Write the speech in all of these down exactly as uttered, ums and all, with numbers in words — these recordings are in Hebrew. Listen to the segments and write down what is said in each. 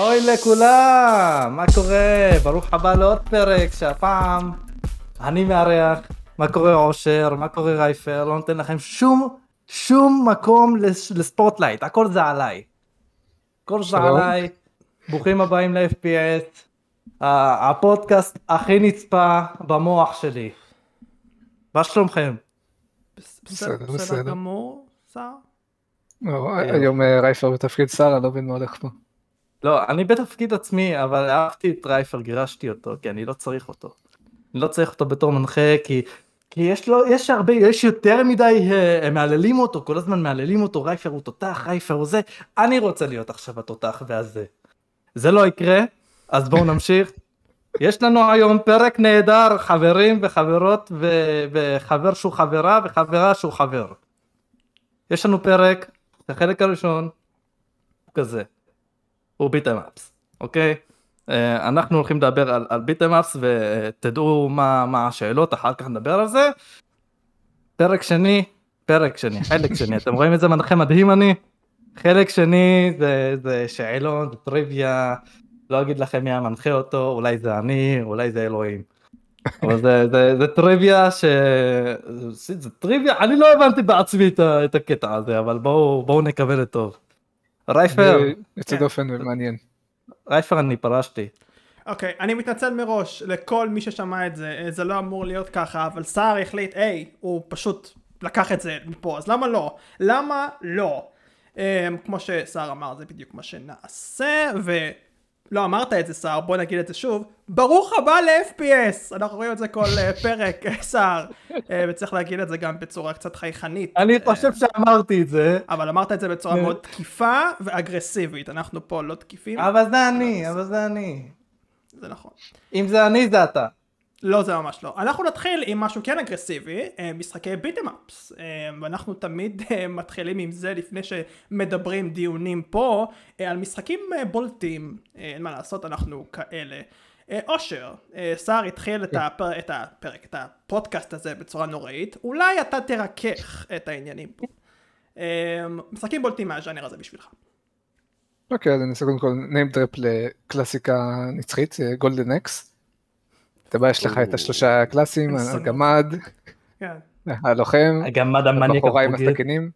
אוי לכולם, מה קורה? ברוך הבא לעוד פרק שהפעם אני מארח. מה קורה אושר? מה קורה רייפר? לא נותן לכם שום שום מקום לס- לספוטלייט, הכל זה עליי. הכל זה שלום. עליי. ברוכים הבאים ל-אף פי אס, ה- הפודקאסט הכי נצפה במוח שלי. מה שלומכם? בסדר, בסדר בסדר. גמור, שר? לא, היום אה, רייפר בתפקיד שר, אני לא מבין מה הולך פה. לא, אני בתפקיד עצמי, אבל אהבתי את רייפר, גירשתי אותו, כי אני לא צריך אותו. אני לא צריך אותו בתור מנחה, כי, כי יש לו, יש הרבה, יש יותר מדי, אה, הם מעללים אותו, כל הזמן מעללים אותו, רייפר הוא תותח, רייפר הוא זה, אני רוצה להיות עכשיו התותח והזה. זה לא יקרה, אז בואו נמשיך. יש לנו היום פרק נהדר, חברים וחברות, ו- וחבר שהוא חברה, וחברה שהוא חבר. יש לנו פרק, החלק הראשון, הוא כזה. הוא ביטם אפס, אוקיי? אה, אנחנו הולכים לדבר על, על ביטם אפס ותדעו מה, מה השאלות, אחר כך נדבר על זה. פרק שני, פרק שני, חלק שני, אתם רואים איזה מנחה מדהים אני? חלק שני זה, זה שאלון, זה טריוויה, לא אגיד לכם מי המנחה אותו, אולי זה אני, אולי זה אלוהים. אבל זה, זה, זה טריוויה ש... זה, זה טריוויה, אני לא הבנתי בעצמי את, ה- את הקטע הזה, אבל בואו, בואו נקבל לטוב. רייפר, יוצא כן. דופן ומעניין. רייפר אני פרשתי. אוקיי, אני מתנצל מראש לכל מי ששמע את זה, זה לא אמור להיות ככה, אבל שר החליט, היי, הוא פשוט לקח את זה מפה, אז למה לא? למה לא? Um, כמו ששר אמר, זה בדיוק מה שנעשה, ולא אמרת את זה שר, בוא נגיד את זה שוב, ברוך הבא ל-אף פי אס, אנחנו רואים את זה כל uh, פרק, שר, uh, וצריך להגיד את זה גם בצורה קצת חייכנית. אני חושב שאמרתי את זה. אבל אמרת את זה בצורה מאוד תקיפה ואגרסיבית, אנחנו פה לא תקיפים. אבל זה אני, אבל זה אני. זה נכון. אם זה אני, זה אתה. לא, זה ממש לא. אנחנו נתחיל עם משהו כן אגרסיבי, משחקי ביטם אפס, ואנחנו תמיד מתחילים עם זה לפני שמדברים דיונים פה, על משחקים בולטים, אין מה לעשות, אנחנו כאלה. אושר, שר התחיל את, הפר... את הפרק, את הפודקאסט הזה בצורה נוראית, אולי אתה תרכך את העניינים פה. משחקים בולטים מהז'אנר הזה בשבילך. אוקיי, אז אני אעשה קודם כל name drop לקלאסיקה נצחית, גולדן אקס. אתה בא, יש לך את השלושה הקלאסיים, הגמד, כן. הלוחם, הגמד המניאק הבחורה עם הבוגד. הסכינים.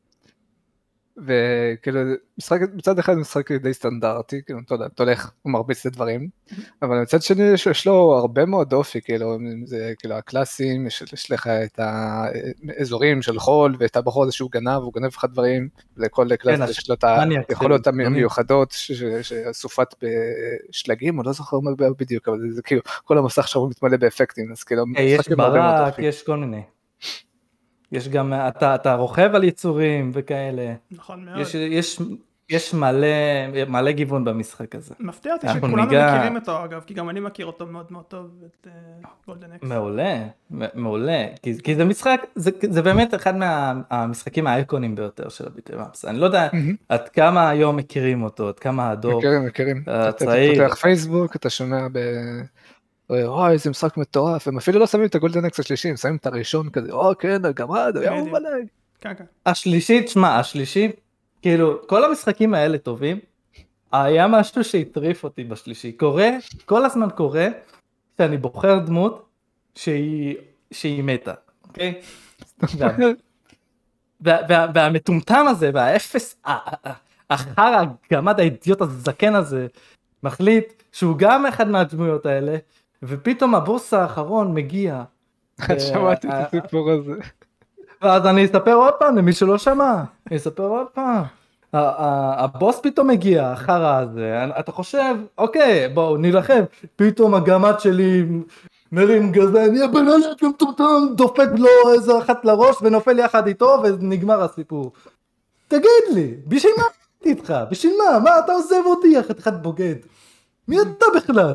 וכאילו, משחק, מצד אחד משחק די סטנדרטי, כאילו, אתה יודע, אתה הולך ומרביץ את הדברים, אבל מצד שני יש, יש לו הרבה מאוד אופי, כאילו, זה כאילו הקלאסים, יש, יש לך את האזורים של חול, ואת הבחור הזה שהוא גנב, הוא גנב לך דברים, לכל קלאס כן, יש לו את מניאק, היכולות זה- המיוחדות, ש- ש- שאסופת בשלגים, או לא זוכר מה בדיוק, אבל זה, זה כאילו, כל המסך שלו מתמלא באפקטים, אז כאילו, אה, יש משחק עם הרבה מאוד ברק, אופי. יש כל מיני. יש גם, אתה, אתה רוכב על יצורים וכאלה. נכון מאוד. יש, יש, יש מלא, מלא גיוון במשחק הזה. מפתיע אותי אנחנו שכולנו ניגע- מכירים אותו אגב, כי גם אני מכיר אותו מאוד מאוד טוב, את גולדן אקס. מעולה, מ- מעולה, כי, כי זה משחק, זה, זה באמת אחד מהמשחקים האייקונים ביותר של הביטם אפס. אני לא יודע עד כמה היום מכירים אותו, עד כמה הדור. מכירים, מכירים. אתה- אתה הצעיר. פותח פייסבוק, אתה שומע ב... אוי, איזה משחק מטורף, הם אפילו לא שמים את הגולדן אקס השלישי, הם שמים את הראשון כזה, או כן, הגמד, היה בדיוק. מלא. כן, כן. השלישית, שמע, השלישי, כאילו, כל המשחקים האלה טובים, היה משהו שהטריף אותי בשלישי. קורה, כל הזמן קורה, שאני בוחר דמות שהיא, שהיא מתה, אוקיי? וה- וה- וה- והמטומטם הזה, והאפס, ה- ה- ה- החרא, הגמד האידיוט הזקן הזה, מחליט שהוא גם אחד מהדמויות האלה, ופתאום הבוס האחרון מגיע. שמעתי אה, את הסיפור הזה. ואז אני אספר עוד פעם למי שלא שמע, אני אספר עוד פעם. ה- ה- הבוס פתאום מגיע, החרא הזה, אתה חושב, אוקיי, בואו נילחם, פתאום הגמד שלי מרים גזה, אני הבן אדם שמטומטם, דופק לו איזה אחת לראש ונופל יחד איתו ונגמר הסיפור. תגיד לי, בשביל מה הייתי איתך? בשביל מה? מה אתה עוזב אותי יחד אחד בוגד? מי אתה בכלל?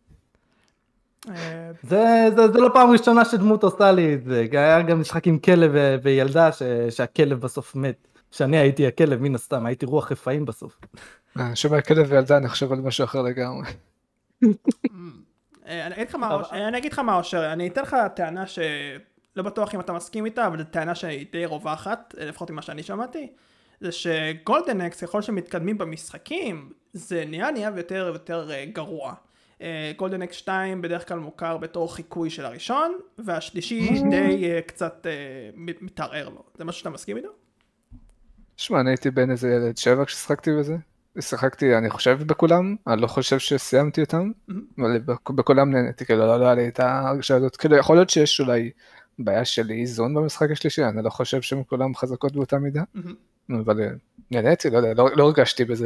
אה, זה, זה, זה לא פעם ראשונה שדמות עושה לי את זה, היה גם משחק עם כלב ו- וילדה ש, שהכלב בסוף מת, שאני הייתי הכלב מן הסתם, הייתי רוח רפאים בסוף. אה, שומע כלב וילדה, אני חושב על משהו אחר לגמרי. אה, אני אגיד לך מה, אושר, אני אגיד לך מה, אושר, אני אתן לך טענה שלא בטוח אם אתה מסכים איתה, אבל זו טענה שהיא די רווחת, לפחות ממה שאני שמעתי. זה שגולדן אקס, ככל שמתקדמים במשחקים, זה נהיה נהיה ויותר ויותר גרוע. גולדן אקס שתיים בדרך כלל מוכר בתור חיקוי של הראשון, והשלישי די קצת מתערער לו. זה משהו שאתה מסכים איתו? שמע, אני הייתי בין איזה ילד שבע כששחקתי בזה. שחקתי, אני חושב, בכולם, אני לא חושב שסיימתי אותם, אבל בכולם נהניתי, כאילו, לא היה לי את ההרגשה הזאת, כאילו, יכול להיות שיש אולי בעיה של איזון במשחק השלישי, אני לא חושב שהם כולם חזקות באותה מידה, אבל נהניתי, לא יודע, לא הרגשתי בזה.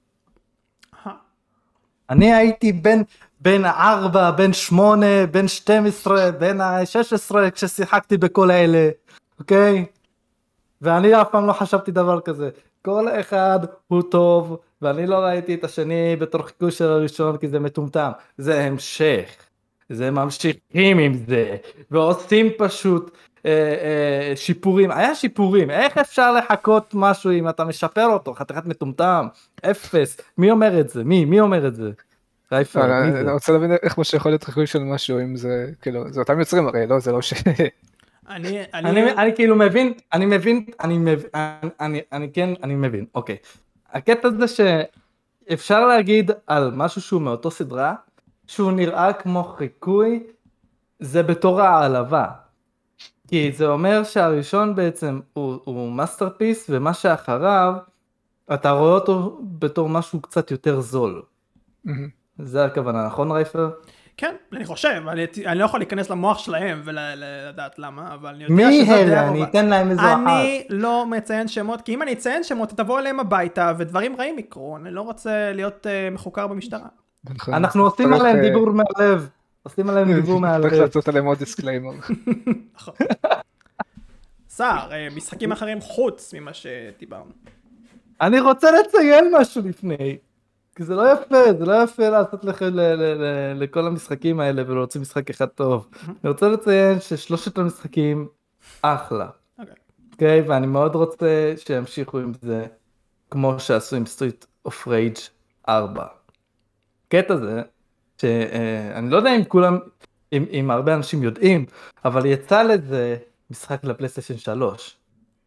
אני הייתי בין, בין ארבע, בין שמונה, בין שתים עשרה, בין שש עשרה, כששיחקתי בכל האלה, אוקיי? ואני אף פעם לא חשבתי דבר כזה. כל אחד הוא טוב, ואני לא ראיתי את השני בתור חיקוי של הראשון, כי זה מטומטם. זה המשך. זה ממשיכים עם זה, ועושים פשוט אה, אה, שיפורים. היה שיפורים. איך אפשר לחכות משהו אם אתה משפר אותו? חתיכת מטומטם. אפס. מי אומר את זה? מי? מי אומר את זה? רייפר, מי זה? אני רוצה להבין איך מה שיכול להיות חיקוי של משהו, אם זה, כאילו, זה אותם יוצרים הרי, לא? זה לא ש... אני, אני, אני... אני כאילו מבין, אני מבין, אני מבין, אני, אני, אני כן, אני מבין, אוקיי. הקטע זה שאפשר להגיד על משהו שהוא מאותו סדרה, שהוא נראה כמו חיקוי, זה בתור העלבה. כי זה אומר שהראשון בעצם הוא, הוא מאסטרפיס, ומה שאחריו, אתה רואה אותו בתור משהו קצת יותר זול. זה הכוונה, נכון רייפר? כן, אני חושב, אני, אני לא יכול להיכנס למוח שלהם ולדעת למה, אבל אני יודע מי שזאת אלה? דעה אני רובה. אתן להם איזו אחת. אני לא מציין שמות, כי אם אני אציין שמות, תבוא אליהם הביתה ודברים רעים יקרו, אני לא רוצה להיות uh, מחוקר במשטרה. אנחנו עושים עליהם דיבור מהלב. עושים עליהם דיבור מהלב. צריך לעשות עליהם עוד דיסקליימר. נכון. סער, משחקים אחרים חוץ ממה שדיברנו. אני רוצה לציין משהו לפני. כי זה לא יפה, זה לא יפה לעשות לכם לכל המשחקים האלה ולהוציא משחק אחד טוב. אני רוצה לציין ששלושת המשחקים אחלה. אוקיי, ואני מאוד רוצה שימשיכו עם זה, כמו שעשו עם סטריט אוף רייג' ארבע. קטע זה, שאני לא יודע אם כולם, אם הרבה אנשים יודעים, אבל יצא לזה משחק לפלייסטיישן שלוש.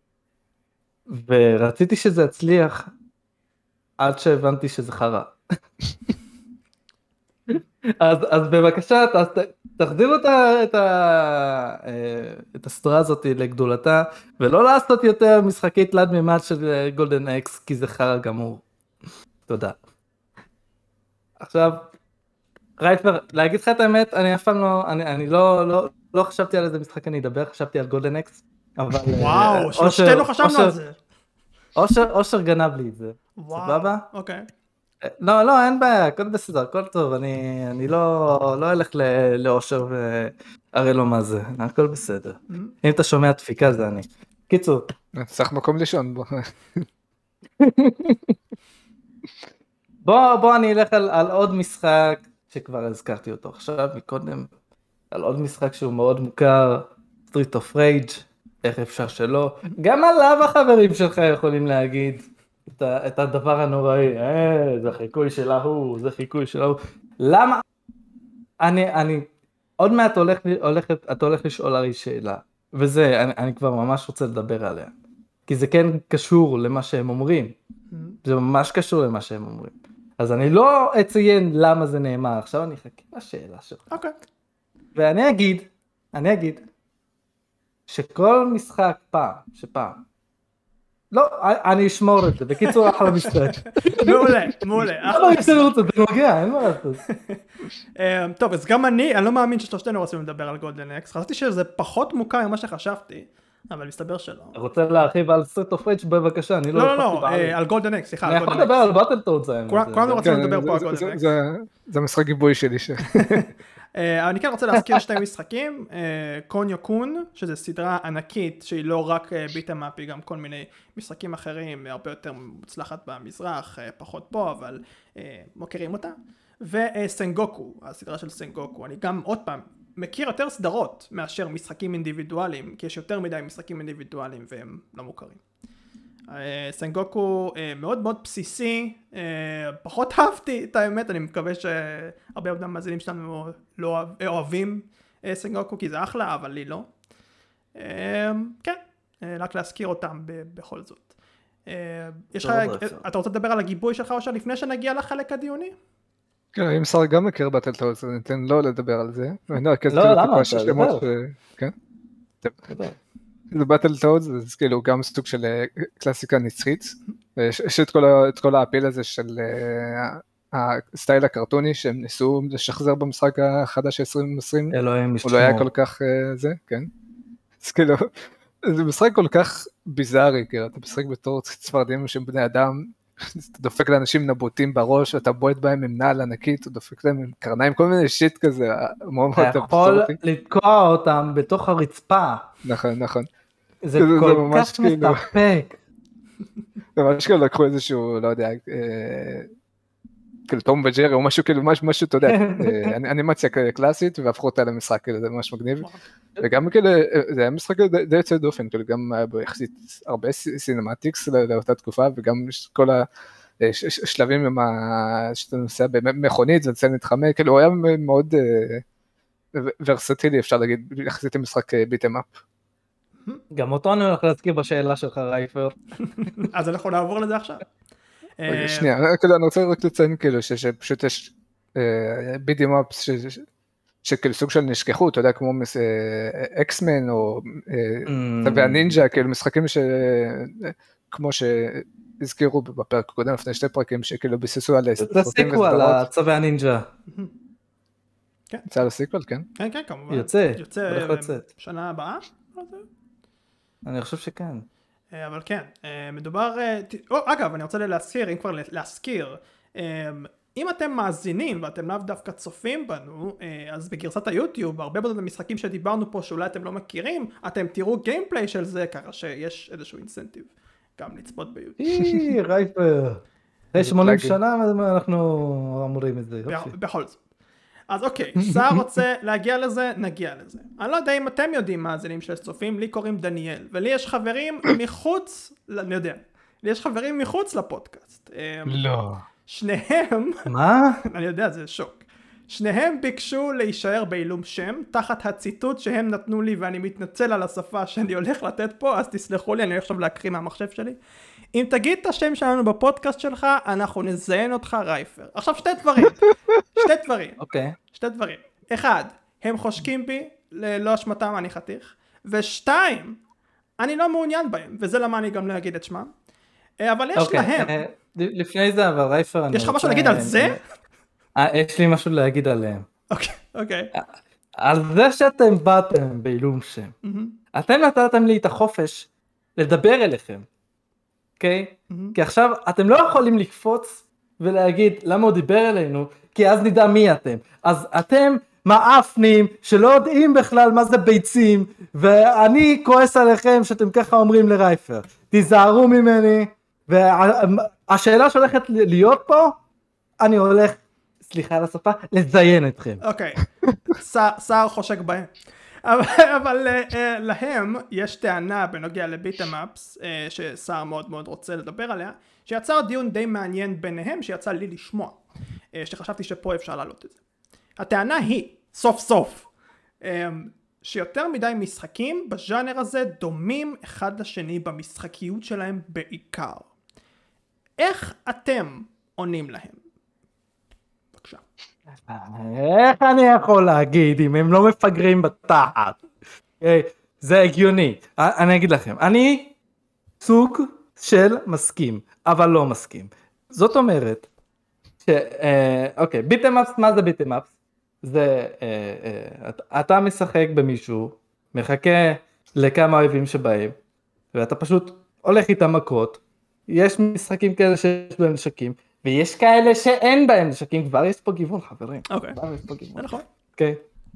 ורציתי שזה יצליח, עד שהבנתי שזה חרא. אז, אז בבקשה, ת, תחזירו את, ה, את, ה, את הסדרה הזאת לגדולתה, ולא לעשות יותר משחקי תלת מימד של גולדן אקס, כי זה חרא גמור. תודה. עכשיו, רייפר, להגיד לך את האמת, אני אף פעם לא, אני, אני לא, לא, לא חשבתי על איזה משחק אני אדבר, חשבתי על גולדן אקס, אבל... וואו, שלושתנו חשבנו על זה. אושר, אושר גנב לי את זה. סבבה? אוקיי. לא, לא, אין בעיה, הכל בסדר, הכל טוב, אני, אני לא, לא אלך לאושר והראה לו מה זה, הכל בסדר. אם אתה שומע דפיקה זה אני. קיצור. צריך מקום לישון בו. בוא, בוא אני אלך על, על עוד משחק שכבר הזכרתי אותו עכשיו מקודם, על עוד משחק שהוא מאוד מוכר, Street of Rage. איך אפשר שלא? גם עליו החברים שלך יכולים להגיד את, ה, את הדבר הנוראי, אה, זה חיקוי של ההוא, זה חיקוי של ההוא. למה? אני, אני, עוד מעט הולך, הולכת, אתה הולך לשאול הרי שאלה, וזה, אני, אני כבר ממש רוצה לדבר עליה. כי זה כן קשור למה שהם אומרים. זה ממש קשור למה שהם אומרים. אז אני לא אציין למה זה נאמר, עכשיו אני אחכה לשאלה שלך. אוקיי. ואני אגיד, אני אגיד, שכל משחק פעם, שפעם, לא, אני אשמור את זה, בקיצור אחלה משחק. מעולה, מעולה. אחלה משחק, זה נוגע, אין מה לעשות. טוב, אז גם אני, אני לא מאמין ששלושתנו רוצים לדבר על גולדן אקס, חשבתי שזה פחות מוכר ממה שחשבתי, אבל מסתבר שלא. אתה רוצה להרחיב על סטריט אוף רייג' בבקשה, אני לא... לא, לא, לא, על גולדן אקס, סליחה, אני יכול לדבר על באטלטודס. כולנו רוצים לדבר פה על גולדן אקס. זה המשחק גיבוי שלי. אני כן רוצה להזכיר שתי משחקים, קוניו קון, שזו סדרה ענקית שהיא לא רק ביטם-אפ, היא גם כל מיני משחקים אחרים, הרבה יותר מוצלחת במזרח, פחות פה, אבל מוכרים אותה. וסנגוקו, הסדרה של סנגוקו, אני גם עוד פעם מכיר יותר סדרות מאשר משחקים אינדיבידואליים, כי יש יותר מדי משחקים אינדיבידואליים והם לא מוכרים. סנגוקו מאוד מאוד בסיסי, פחות אהבתי את האמת, אני מקווה שהרבה עובדים מאזינים שלנו לא אוהבים סנגוקו, כי זה אחלה, אבל לי לא. כן, רק להזכיר אותם בכל זאת. יש לך, אתה רוצה לדבר על הגיבוי שלך או לפני שנגיע לחלק הדיוני? כן, אם שר גם מכיר בטלטולס, אז ניתן לו לדבר על זה. לא, למה? תדבר. כן? זה בטלטולס, זה כאילו גם סוג של קלאסיקה נצחית. יש את כל האפיל הזה של הסטייל הקרטוני שהם ניסו לשחזר במשחק החדש עשרים עשרים. אלוהים הוא לא היה כל כך זה, כן? אז כאילו, זה משחק כל כך ביזארי, כאילו, אתה משחק בתור צפרדים שהם בני אדם, אתה דופק לאנשים נבוטים בראש, אתה בועט בהם עם נעל ענקית, אתה דופק להם עם קרניים, כל מיני שיט כזה, מאוד מאוד אתה יכול לתקוע אותם בתוך הרצפה. נכון, נכון. זה כל כך מסתפק. זה ממש כאילו לקחו איזשהו, לא יודע, כאילו תום וג'רי או משהו כאילו, משהו, אתה יודע, אנימציה קלאסית, והפכו אותה למשחק, כאילו, זה ממש מגניב. וגם כאילו, זה היה משחק די יוצא דופן, כאילו, גם היה בו יחסית הרבה סינמטיקס לאותה תקופה, וגם כל השלבים עם שאתה נוסע במכונית, זה נצא נתחמק, כאילו, הוא היה מאוד ורסטילי, אפשר להגיד, יחסית למשחק ביטם אפ. גם אותו אני הולך להזכיר בשאלה שלך, רייפר. אז אנחנו נעבור לזה עכשיו. שנייה, אני רוצה רק לציין כאילו שפשוט יש ביטם אפס שכאילו סוג של נשכחו, אתה יודע, כמו אקסמן או צווי הנינג'ה, כאילו משחקים שכמו שהזכירו בפרק הקודם לפני שתי פרקים, שכאילו ביססו על סרטים וסדרות. על צווי הנינג'ה. יצא לו סיקוול, כן? כן, כן, כמובן. יוצא, יוצא שנה הבאה? אני חושב שכן. אבל כן, מדובר, או, אגב, אני רוצה להזכיר, אם כבר להזכיר, אם אתם מאזינים ואתם לאו דווקא צופים בנו, אז בגרסת היוטיוב, הרבה מאוד המשחקים שדיברנו פה שאולי אתם לא מכירים, אתם תראו גיימפליי של זה, ככה שיש איזשהו אינסנטיב גם לצפות ביוטיוב. אי, רייפר. אחרי שמונים שנה אנחנו אמורים את זה. בכל זאת. אז אוקיי, שר רוצה להגיע לזה, נגיע לזה. אני לא יודע אם אתם יודעים מאזינים של צופים, לי קוראים דניאל, ולי יש חברים מחוץ, אני יודע, לי יש חברים מחוץ לפודקאסט. לא. שניהם, מה? אני יודע, זה שוק. שניהם ביקשו להישאר בעילום שם, תחת הציטוט שהם נתנו לי, ואני מתנצל על השפה שאני הולך לתת פה, אז תסלחו לי, אני הולך עכשיו להקריא מהמחשב שלי. אם תגיד את השם שלנו בפודקאסט שלך, אנחנו נזיין אותך רייפר. עכשיו שתי דברים, שתי דברים. אוקיי. שתי דברים. אחד, הם חושקים בי, ללא אשמתם אני חתיך. ושתיים, אני לא מעוניין בהם, וזה למה אני גם לא אגיד את שמם. אבל יש להם. לפני זה, אבל רייפר, יש לך משהו להגיד על זה? יש לי משהו להגיד עליהם. אוקיי, אוקיי. על זה שאתם באתם בעילום שם. אתם נתתם לי את החופש לדבר אליכם. אוקיי? כי עכשיו אתם לא יכולים לקפוץ ולהגיד למה הוא דיבר אלינו, כי אז נדע מי אתם. אז אתם מאפנים שלא יודעים בכלל מה זה ביצים, ואני כועס עליכם שאתם ככה אומרים לרייפר. תיזהרו ממני, והשאלה שהולכת להיות פה, אני הולך, סליחה על השפה, לזיין אתכם. אוקיי, שר חושק בהם. אבל להם יש טענה בנוגע לביטם אפס, ששר מאוד מאוד רוצה לדבר עליה, שיצר דיון די מעניין ביניהם, שיצא לי לשמוע, שחשבתי שפה אפשר להעלות את זה. הטענה היא, סוף סוף, שיותר מדי משחקים בז'אנר הזה דומים אחד לשני במשחקיות שלהם בעיקר. איך אתם עונים להם? בבקשה. איך אני יכול להגיד אם הם לא מפגרים בתחת? זה הגיוני. אני אגיד לכם, אני סוג של מסכים, אבל לא מסכים. זאת אומרת, אוקיי, ביטם אפס, מה זה ביטם אפס? זה, אתה משחק במישהו, מחכה לכמה אויבים שבאים, ואתה פשוט הולך איתם מכות. יש משחקים כאלה שיש בהם נשקים, ויש כאלה שאין בהם נשקים, כבר יש פה גיוון, חברים. אוקיי, כבר יש פה גיוון. זה נכון. אוקיי.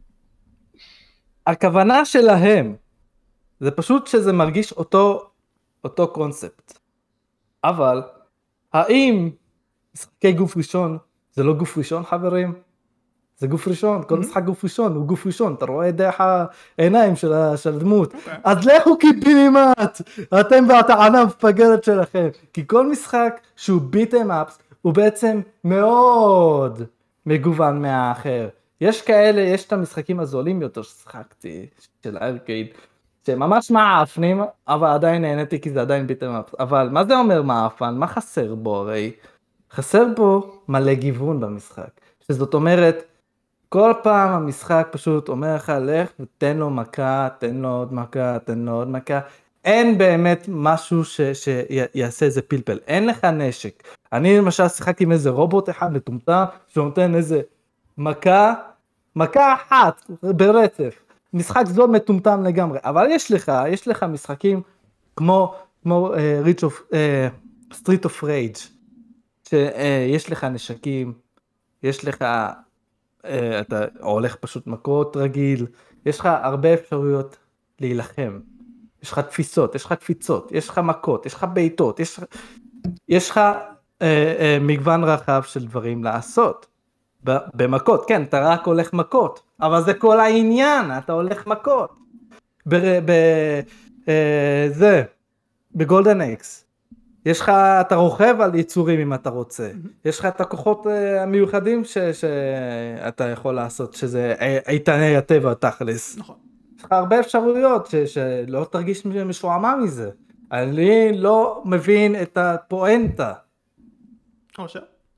הכוונה שלהם, זה פשוט שזה מרגיש אותו, אותו קונספט. אבל, האם משחקי גוף ראשון, זה לא גוף ראשון, חברים? זה גוף ראשון, כל משחק גוף ראשון, הוא גוף ראשון, אתה רואה דרך העיניים של הדמות. אז לכו קיבינימט, אתם והטענה המפגרת שלכם. כי כל משחק שהוא ביטם אפס, הוא בעצם מאוד מגוון מהאחר. יש כאלה, יש את המשחקים הזולים יותר ששחקתי, של הארקייד, שממש מעפנים, אבל עדיין נהניתי כי זה עדיין ביטם אפ. אבל מה זה אומר מעפן? מה חסר בו הרי? חסר בו מלא גיוון במשחק. שזאת אומרת, כל פעם המשחק פשוט אומר לך, לך ותן לו מכה, תן לו עוד מכה, תן לו עוד מכה. אין באמת משהו ש- שיעשה איזה פלפל. אין לך נשק. אני למשל שיחקתי עם איזה רובוט אחד מטומטם, שנותן איזה מכה, מכה אחת ברצף. משחק זול מטומטם לגמרי. אבל יש לך, יש לך משחקים כמו, כמו uh, Reach of, uh, Street of Rage, שיש לך נשקים, יש לך, uh, אתה הולך פשוט מכות רגיל, יש לך הרבה אפשרויות להילחם. יש לך תפיסות, יש לך תפיצות, יש לך מכות, יש לך בעיטות, יש, יש לך אה, אה, מגוון רחב של דברים לעשות. ב, במכות, כן, אתה רק הולך מכות, אבל זה כל העניין, אתה הולך מכות. ב, ב, אה, זה, בגולדן אקס, יש לך, אתה רוכב על יצורים אם אתה רוצה, יש לך את הכוחות אה, המיוחדים ש, שאתה יכול לעשות, שזה איתני הטבע תכלס. נכון. יש לך הרבה אפשרויות ש, שלא תרגיש משועמם מזה. אני לא מבין את הפואנטה. משה?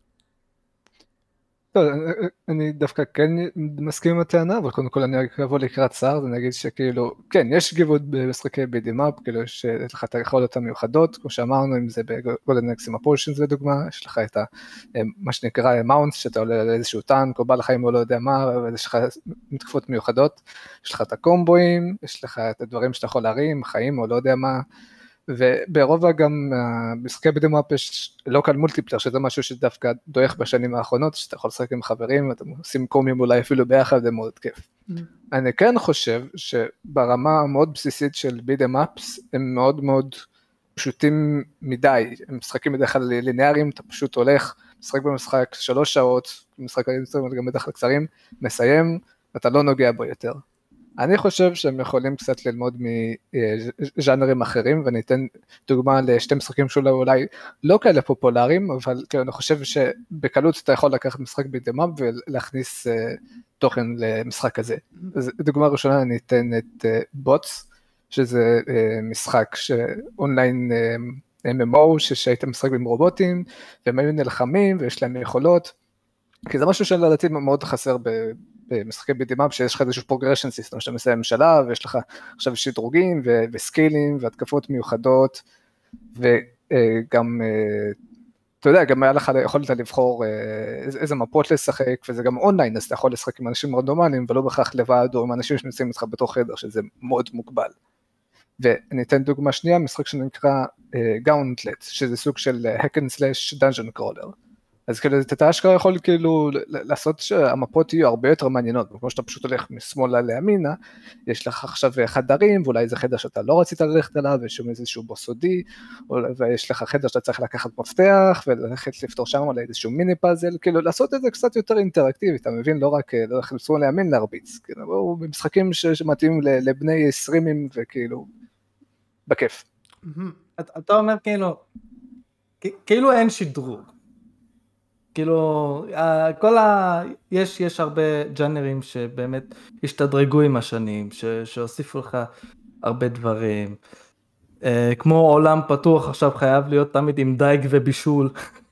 טוב, אני דווקא כן מסכים עם הטענה, אבל קודם כל אני אבוא לקראת צער, אז אני אגיד שכאילו, כן, יש גיוון במשחקי בידימאפ, כאילו יש לך את היכולות המיוחדות, כמו שאמרנו, אם זה בגולדן אקס עם הפולשנס לדוגמה, יש לך את מה שנקרא מאונט, שאתה עולה על איזשהו טנק, או בא לחיים או לא יודע מה, ויש לך מתקפות מיוחדות, יש לך את הקומבואים, יש לך את הדברים שאתה יכול להרים, חיים או לא יודע מה, וברוב גם משחקי בידימאפ יש לוקל מולטיפלר, שזה משהו שדווקא דורך בשנים האחרונות, שאתה יכול לשחק עם חברים, אתם עושים קומים אולי אפילו ביחד, זה מאוד כיף. Mm-hmm. אני כן חושב שברמה המאוד בסיסית של בידימאפס, הם מאוד מאוד פשוטים מדי, הם משחקים בדרך כלל ליניאריים, אתה פשוט הולך, משחק במשחק שלוש שעות, משחק גם בדרך כלל קצרים, מסיים, אתה לא נוגע בו יותר. אני חושב שהם יכולים קצת ללמוד מז'אנרים אחרים, ואני אתן דוגמה לשתי משחקים שאולי אולי לא כאלה פופולריים, אבל אני חושב שבקלות אתה יכול לקחת משחק בידימאפ ולהכניס תוכן למשחק הזה. אז דוגמה ראשונה אני אתן את בוטס, שזה משחק אונליין אם אם או, שהייתם משחק עם רובוטים, והם היו נלחמים ויש להם יכולות, כי זה משהו שלדעתי מאוד חסר ב... במשחקי בידימאפ, שיש לך איזשהו פרוגרשן סיסטם, שאתה מסיים שלב, ויש לך עכשיו שדרוגים, ו- וסקילים, והתקפות מיוחדות, וגם, אתה יודע, גם היה לך יכולת לבחור איזה מפות לשחק, וזה גם אונליין, אז אתה יכול לשחק עם אנשים רנדומליים, ולא בכך לבד, או עם אנשים שנמצאים איתך בתוך חדר, שזה מאוד מוגבל. ואני אתן דוגמה שנייה, משחק שנקרא גאונטלט, שזה סוג של hack and slash dungeon crawler. אז כאילו, אתה אשכרה יכול כאילו לעשות שהמפות יהיו הרבה יותר מעניינות, כמו שאתה פשוט הולך משמאלה לימינה, יש לך עכשיו חדרים, ואולי איזה חדר שאתה לא רצית ללכת עליו, ויש שם איזשהו בוסודי, ויש לך חדר שאתה צריך לקחת מפתח, וללכת לפתור שם על איזשהו מיני פאזל, כאילו לעשות את זה קצת יותר אינטראקטיבי, אתה מבין? לא רק לשמאל לימין להרביץ, כאילו, במשחקים שמתאימים לבני עשרימים, וכאילו, בכיף. אתה אומר כאילו, כאילו אין שדרוג. כאילו, כל ה... יש, יש הרבה ג'אנרים שבאמת השתדרגו עם השנים, ש... שהוסיפו לך הרבה דברים. כמו עולם פתוח עכשיו חייב להיות תמיד עם דייג ובישול.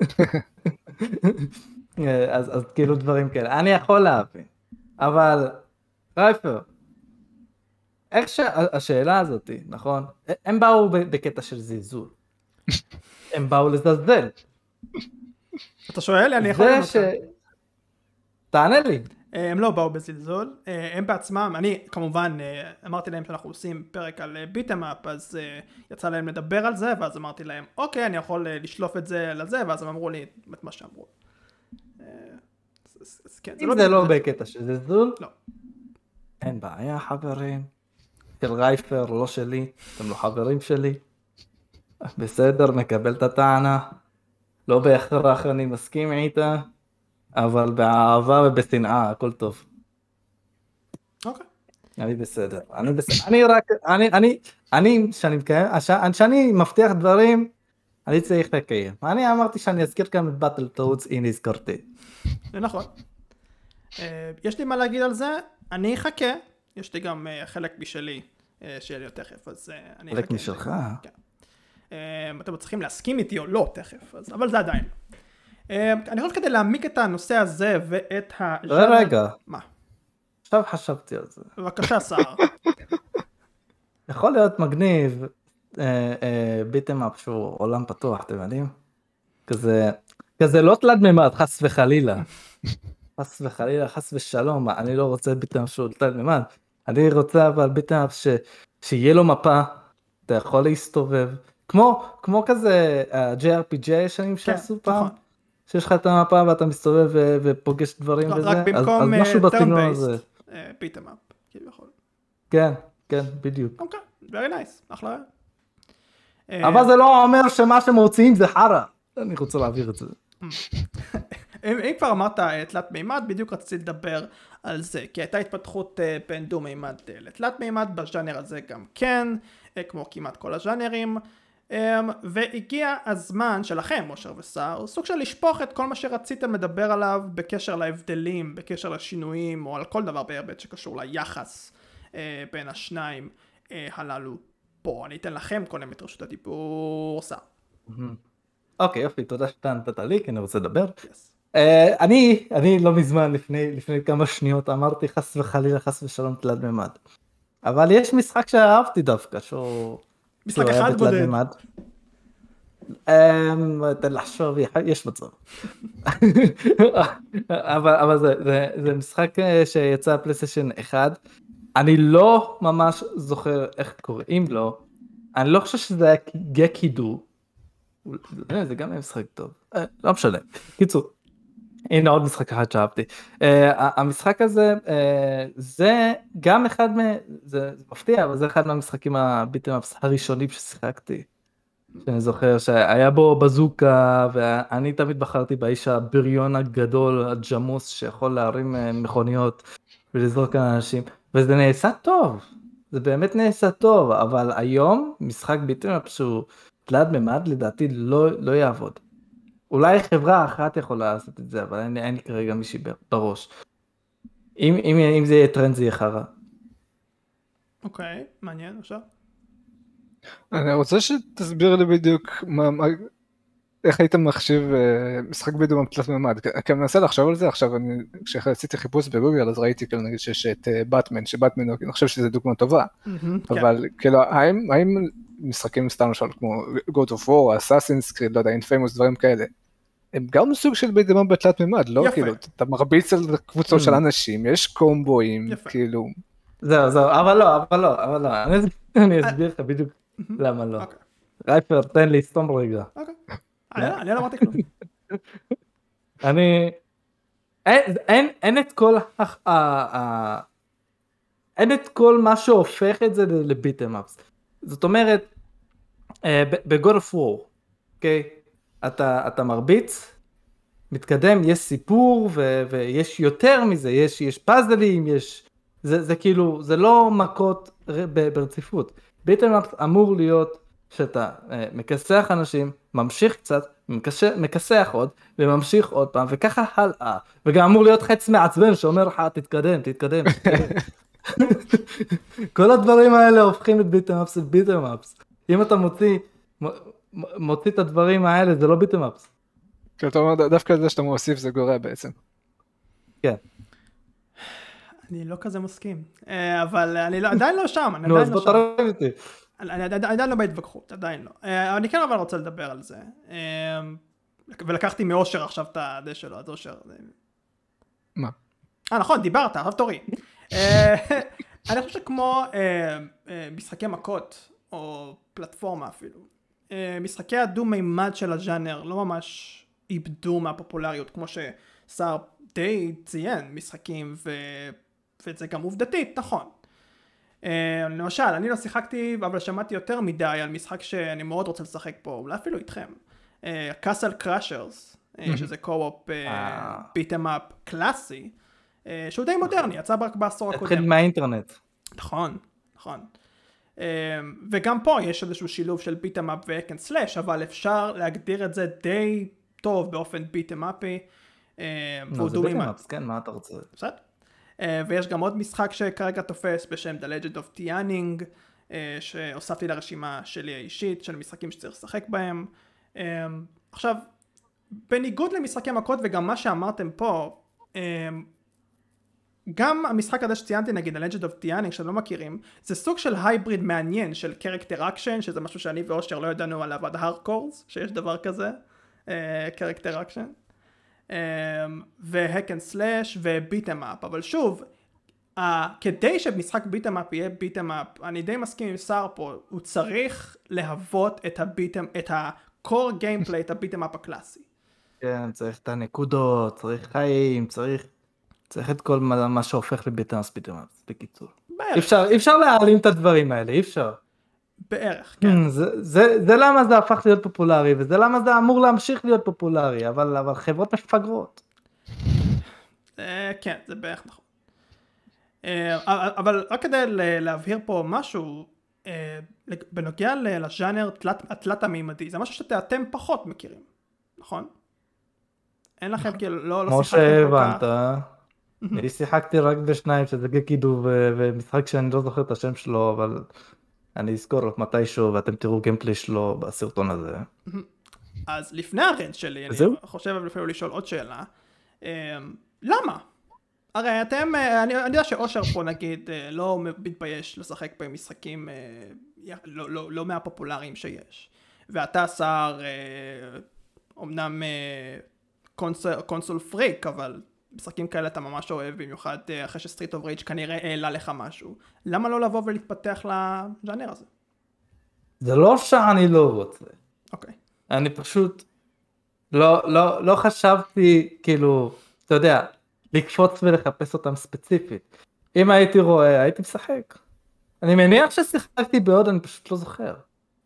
אז, אז כאילו דברים כאלה. אני יכול להבין. אבל, רייפר, איך שהשאלה הזאת, נכון? הם באו בקטע של זלזול. הם באו לזלזל. אתה שואל? אני יכול לענות. תענה לי. הם לא באו בזלזול, הם בעצמם, אני כמובן אמרתי להם שאנחנו עושים פרק על ביטמאפ, אז יצא להם לדבר על זה, ואז אמרתי להם, אוקיי, אני יכול לשלוף את זה לזה, ואז הם אמרו לי את מה שאמרו. אם זה לא בקטע של זלזול, לא. אין בעיה חברים, של רייפר, לא שלי, אתם לא חברים שלי, בסדר, מקבל את הטענה. לא בהכרח אני מסכים איתה, אבל באהבה ובשנאה, הכל טוב. אוקיי. אני בסדר, אני בסדר. אני רק, אני, אני, אני, שאני מקיים, שאני מבטיח דברים, אני צריך לקיים. אני אמרתי שאני אזכיר כאן את באטל טודס, הנה הזכרתי. זה נכון. יש לי מה להגיד על זה, אני אחכה, יש לי גם חלק בשלי שיהיה לי תכף, אז אני... חלק משלך. אתם צריכים להסכים איתי או לא תכף, אבל זה עדיין. אני חושב כדי להעמיק את הנושא הזה ואת ה... רגע. מה? עכשיו חשבתי על זה. בבקשה, שר. יכול להיות מגניב ביטם אפ שהוא עולם פתוח, אתם יודעים? כזה, כזה לא תלת ממד, חס וחלילה. חס וחלילה, חס ושלום, אני לא רוצה ביטם אפ שהוא תלת ממד. אני רוצה אבל ביטם אפ ש... שיהיה לו מפה, אתה יכול להסתובב. כמו, כמו כזה ג'יי אר פי ג'יי הישנים שעשו פעם. שיש לך את המפה ואתה מסתובב ופוגש דברים וזה. רק במקום turn-based ביטם אפ, כביכול. כן, כן, בדיוק. אוקיי, very nice, אחלה. אבל זה לא אומר שמה שמוצאים זה חרא. אני רוצה להעביר את זה. אם כבר אמרת תלת מימד, בדיוק רציתי לדבר על זה, כי הייתה התפתחות בין דו מימד לתלת מימד, בז'אנר הזה גם כן, כמו כמעט כל הז'אנרים, והגיע הזמן שלכם, מושר ושר, סוג של לשפוך את כל מה שרציתם לדבר עליו בקשר להבדלים, בקשר לשינויים, או על כל דבר בהיבט שקשור ליחס בין השניים הללו פה. אני אתן לכם קודם את רשות הדיבור, שר. אוקיי, יופי, תודה שאתה נתת לי, כי אני רוצה לדבר. אני, אני לא מזמן, לפני כמה שניות, אמרתי חס וחלילה, חס ושלום תלת ממד. אבל יש משחק שאהבתי דווקא, שהוא... משחק אחד בודד. תן לחשוב, יש מצב. אבל זה משחק שיצא פלייסטיישן אחד. אני לא ממש זוכר איך קוראים לו. אני לא חושב שזה היה גקידו. זה גם משחק טוב. לא משנה. קיצור. הנה עוד משחק אחד שאהבתי. המשחק הזה, זה גם אחד, זה מפתיע, אבל זה אחד מהמשחקים הביטם אפס הראשונים ששיחקתי. שאני זוכר שהיה בו בזוקה, ואני תמיד בחרתי באיש הבריון הגדול, הג'מוס, שיכול להרים מכוניות ולזרוק על אנשים, וזה נעשה טוב. זה באמת נעשה טוב, אבל היום משחק ביטם אפס שהוא תלת ממד, לדעתי לא, לא יעבוד. אולי חברה אחת יכולה לעשות את זה, אבל אין, אין לי כרגע מישהי בראש. אם, אם, אם זה יהיה טרנד, זה יהיה חרא. אוקיי, מעניין, עכשיו. אני רוצה שתסביר לי בדיוק מה, מה, איך היית מחשיב משחק ביטם אפ תלת ממד. כי אני מנסה לחשוב על זה, עכשיו אני, כשעשיתי חיפוש בגוגל, אז ראיתי כאילו נגיד שיש את באטמן, שבאטמן, אני חושב שזה דוגמה טובה. אבל כאילו, האם, האם משחקים סתם למשל כמו God of War, Assassin's Creed, לא יודע, Infamous, דברים כאלה, הם גם סוג של ביטם אפ בתלת ממד, לא? כאילו, אתה מרביץ על קבוצות של אנשים, יש קומבואים, כאילו... זהו, זהו, אבל לא, אבל לא, אבל לא, אני אסביר לך בדיוק למה לא. רייפר, תן לי, סתום רגע. אוקיי, אני לא אמרתי כלום. אני... אין את כל... אין את כל מה שהופך את זה לביטם אפס. זאת אומרת, ב-God of War, אוקיי? אתה, אתה מרביץ, מתקדם, יש סיפור, ו- ויש יותר מזה, יש, יש פאזלים, יש... זה, זה כאילו, זה לא מכות ברציפות. ביטם אפ אמור להיות שאתה אה, מכסח אנשים, ממשיך קצת, מכסח, מכסח עוד, וממשיך עוד פעם, וככה הלאה. וגם אמור להיות חץ מעצבן שאומר לך, תתקדם, תתקדם. תתקדם. כל הדברים האלה הופכים את ביטם אפס לביטם אפס. אם אתה מוציא, מוציא את הדברים האלה, זה לא ביטם אפס. כי אתה אומר, דווקא זה שאתה מוסיף זה גורע בעצם. כן. אני לא כזה מסכים, אבל אני עדיין לא שם, אני נו, עדיין אז לא שם. בוא תראה אותי. אני עדיין לא בהתווכחות, עדיין לא. אני כן אבל רוצה לדבר על זה. ולקחתי מאושר עכשיו את הדש שלו, אז אושר. מה? אה, נכון, דיברת, עכשיו תורי. אני חושב שכמו משחקי מכות, או פלטפורמה אפילו, משחקי הדו-מימד של הז'אנר לא ממש איבדו מהפופולריות, כמו ששר די ציין משחקים, ו... וזה גם עובדתית, נכון. למשל, אני לא שיחקתי, אבל שמעתי יותר מדי על משחק שאני מאוד רוצה לשחק פה, אולי אפילו איתכם. קאסל קראשרס, שזה קו-אופ ביטם אפ קלאסי, שהוא די מודרני, יצא רק בעשור הקודם. התחיל מהאינטרנט. נכון, נכון. וגם פה יש איזשהו שילוב של ביטם אפ והק אנד סלאש, אבל אפשר להגדיר את זה די טוב באופן ביטם אפי. לא, זה ביטם אפס, כן, מה אתה רוצה? בסדר. ויש גם עוד משחק שכרגע תופס בשם The Legend of Tianing, שהוספתי לרשימה שלי האישית של משחקים שצריך לשחק בהם. עכשיו, בניגוד למשחקי מכות וגם מה שאמרתם פה, גם המשחק הזה שציינתי, נגיד ה-Legend of Tianix שאתם לא מכירים, זה סוג של הייבריד מעניין של character action, שזה משהו שאני ואושר לא ידענו עליו עד Hardcores, שיש דבר כזה, character action, ו-hack and slash ו-beat em up, אבל שוב, כדי שמשחק beat em up יהיה beat em up, אני די מסכים עם שר פה, הוא צריך להוות את ה-beat em, את ה-core gameplay, את ה-beat em up הקלאסי. כן, צריך את הנקודות, צריך חיים, צריך... צריך את כל מה, מה שהופך לביטם ספיטרמאפס, בקיצור. בערך. אפשר, אפשר להעלים את הדברים האלה, אי אפשר. בערך, כן. זה, זה, זה למה זה הפך להיות פופולרי, וזה למה זה אמור להמשיך להיות פופולרי, אבל, אבל חברות מפגרות. כן, זה בערך נכון. אבל רק כדי להבהיר פה משהו, בנוגע לז'אנר התלת המימדי, זה משהו שאתם פחות מכירים, נכון? אין לכם כאילו, לא, לא שיחקתם כל כך. כמו שהבנת, אני שיחקתי רק בשניים, שזה גיקידו ומשחק שאני לא זוכר את השם שלו, אבל אני אזכור לו מתישהו, ואתם תראו גיימפלי שלו בסרטון הזה. אז לפני הרנט שלי, אני חושב אפילו לשאול עוד שאלה, למה? הרי אתם, אני יודע שאושר פה נגיד לא מתבייש לשחק במשחקים לא, לא, לא מהפופולריים שיש, ואתה שר אומנם קונסול, קונסול פריק, אבל משחקים כאלה אתה ממש אוהב, במיוחד אחרי שסטריט אוף רייג' כנראה העלה לך משהו. למה לא לבוא ולהתפתח לז'אנר הזה? זה לא שאני לא רוצה. אוקיי. אני פשוט לא, לא, לא חשבתי, כאילו, אתה יודע, לקפוץ ולחפש אותם ספציפית. אם הייתי רואה, הייתי משחק. אני מניח ששיחקתי בעוד, אני פשוט לא זוכר.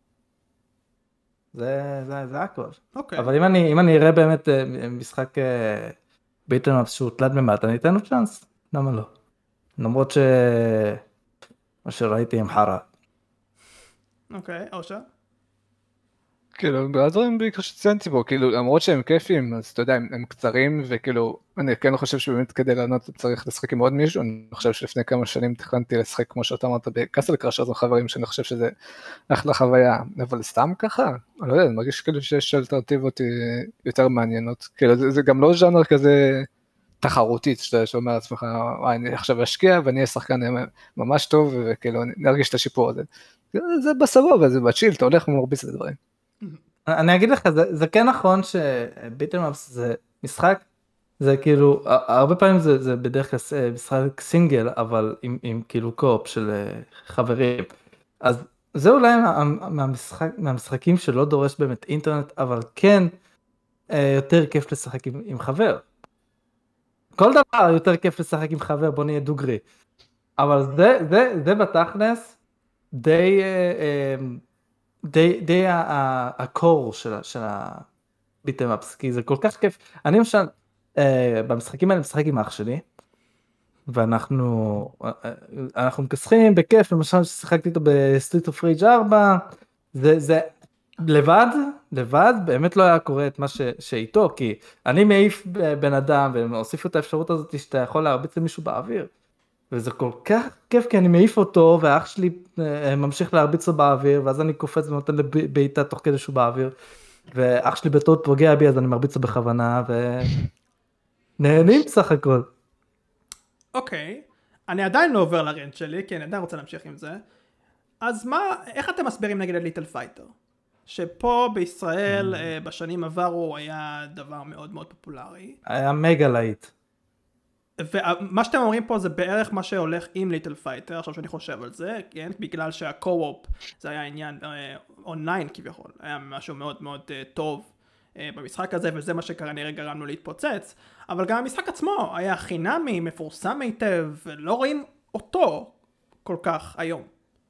זה, זה, זה הכל. אוקיי. אבל אם אני, אם אני אראה באמת משחק ביטנאפ שהוא תלת ממד, אני אתן לו צ'אנס. למה לא? למרות ש... מה שראיתי עם חרה. אוקיי, אושר? כאילו, הדברים בעיקר שציינתי בו, כאילו, למרות שהם כיפים, אז אתה יודע, הם, הם קצרים, וכאילו, אני כן חושב שבאמת כדי לענות צריך לשחק עם עוד מישהו, אני חושב שלפני כמה שנים תכננתי לשחק, כמו שאתה אמרת, בקאסל קראשרס עם חברים, שאני חושב שזה אחלה חוויה, אבל סתם ככה, אני לא יודע, אני מרגיש כאילו שיש אלטרנטיבות יותר מעניינות, כאילו, זה, זה גם לא ז'אנר כזה תחרותית, שאתה שומע לעצמך, וואי, אני עכשיו אשקיע, ואני אהיה שחקן ממש טוב, וכאילו, נרגיש את השיפור הזה. זה, זה בסבבה, זה בצ'יל, אתה הולך ומרביץ את הדברים. אני אגיד לך, זה, זה כן נכון שביטנאפס זה משחק, זה כאילו, הרבה פעמים זה, זה בדרך כלל משחק סינגל, אבל עם, עם כאילו קופ של חברים. אז זה אולי מהמשחק, מהמשחקים שלא דורש באמת אינטרנט, אבל כן יותר כיף לשחק עם, עם חבר. כל דבר יותר כיף לשחק עם חבר, בוא נהיה דוגרי. אבל זה, זה, זה בתכלס די... די, די הקור של, של הביטם-אפס, כי זה כל כך כיף. אני למשל, במשחקים האלה משחק עם אח שלי, ואנחנו אנחנו מכסחים בכיף, למשל ששיחקתי איתו בסטריט אוף רייג' ארבע, זה, זה לבד, לבד, באמת לא היה קורה את מה ש, שאיתו, כי אני מעיף בן אדם, והוסיפו את האפשרות הזאת שאתה יכול להרביץ למישהו באוויר. וזה כל כך כיף, כי אני מעיף אותו, והאח שלי ממשיך להרביץ לו באוויר, ואז אני קופץ ונותן לבעיטה תוך כדי שהוא באוויר, ואח שלי בטעות פוגע בי, אז אני מרביץ לו בכוונה, ונהנים בסך הכל. אוקיי, אני עדיין לא עובר לרנט שלי, כי אני עדיין רוצה להמשיך עם זה. אז מה, איך אתם מסבירים נגד הליטל פייטר? שפה בישראל בשנים עברו היה דבר מאוד מאוד פופולרי. היה מגה להיט. ומה שאתם אומרים פה זה בערך מה שהולך עם ליטל פייטר, עכשיו שאני חושב על זה, כן? בגלל שהקו-אופ זה היה עניין אונליין כביכול, היה משהו מאוד מאוד טוב במשחק הזה, וזה מה שכנראה גרמנו להתפוצץ, אבל גם המשחק עצמו היה חינמי, מפורסם היטב, ולא רואים אותו כל כך היום.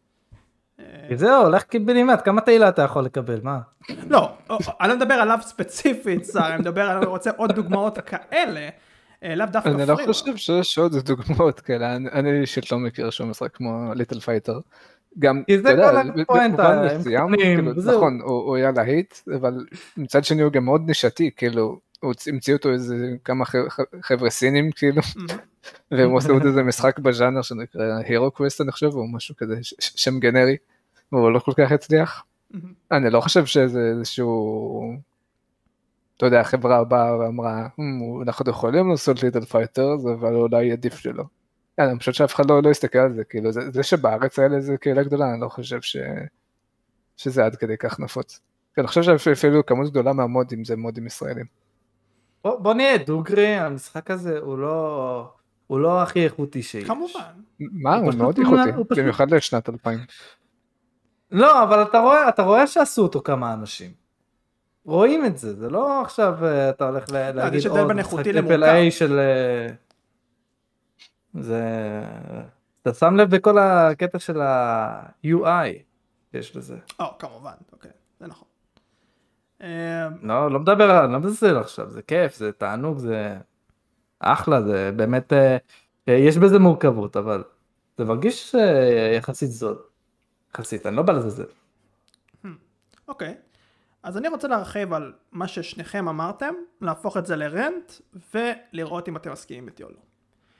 זהו, הולך קיבלימט, כמה תהילה אתה יכול לקבל, מה? לא, אני לא מדבר עליו ספציפית, שר, אני מדבר על, אני רוצה עוד דוגמאות כאלה, לאו דווקא פרימה. אני לא חושב שיש עוד דוגמאות כאלה, אני אישית לא מכיר שום משחק כמו ליטל פייטר. גם, אתה יודע, במובן מסוים, נכון, הוא היה להיט, אבל מצד שני הוא גם מאוד נישתי, כאילו, המציאו אותו איזה כמה חבר'ה סינים כאילו, והם עושים את איזה משחק בז'אנר שנקרא הירו קווסט אני חושב, או משהו כזה, שם גנרי, והוא לא כל כך הצליח. אני לא חושב שזה איזשהו, אתה יודע, החברה הבאה ואמרה, אנחנו יכולים לעשות ליטל פייטרס, אבל אולי עדיף שלא. אני חושב שאף אחד לא יסתכל על זה, כאילו, זה שבארץ האלה זה קהילה גדולה, אני לא חושב שזה עד כדי כך נפוץ. אני חושב שאפילו כמות גדולה מהמודים זה מודים ישראלים. בוא נהיה דוגרי, המשחק הזה הוא לא, הוא לא הכי איכותי שיש. כמובן. מה? הוא מאוד איכותי, במיוחד לשנת אלפיים. לא, אבל אתה רואה, אתה רואה שעשו אותו כמה אנשים. רואים את זה, זה לא עכשיו אתה הולך להגיד עוד משחק טריפל איי של... זה... אתה שם לב בכל הקטע של ה-יו איי יש לזה. או, כמובן, אוקיי, זה נכון. לא, לא מדבר, לא מזלזל עכשיו, זה כיף, זה תענוג, זה אחלה, זה באמת, יש בזה מורכבות, אבל זה מרגיש יחסית זול. יחסית, אני לא בא לזלזל. אוקיי, אז אני רוצה להרחיב על מה ששניכם אמרתם, להפוך את זה לרנט, ולראות אם אתם מסכימים איתי או לא.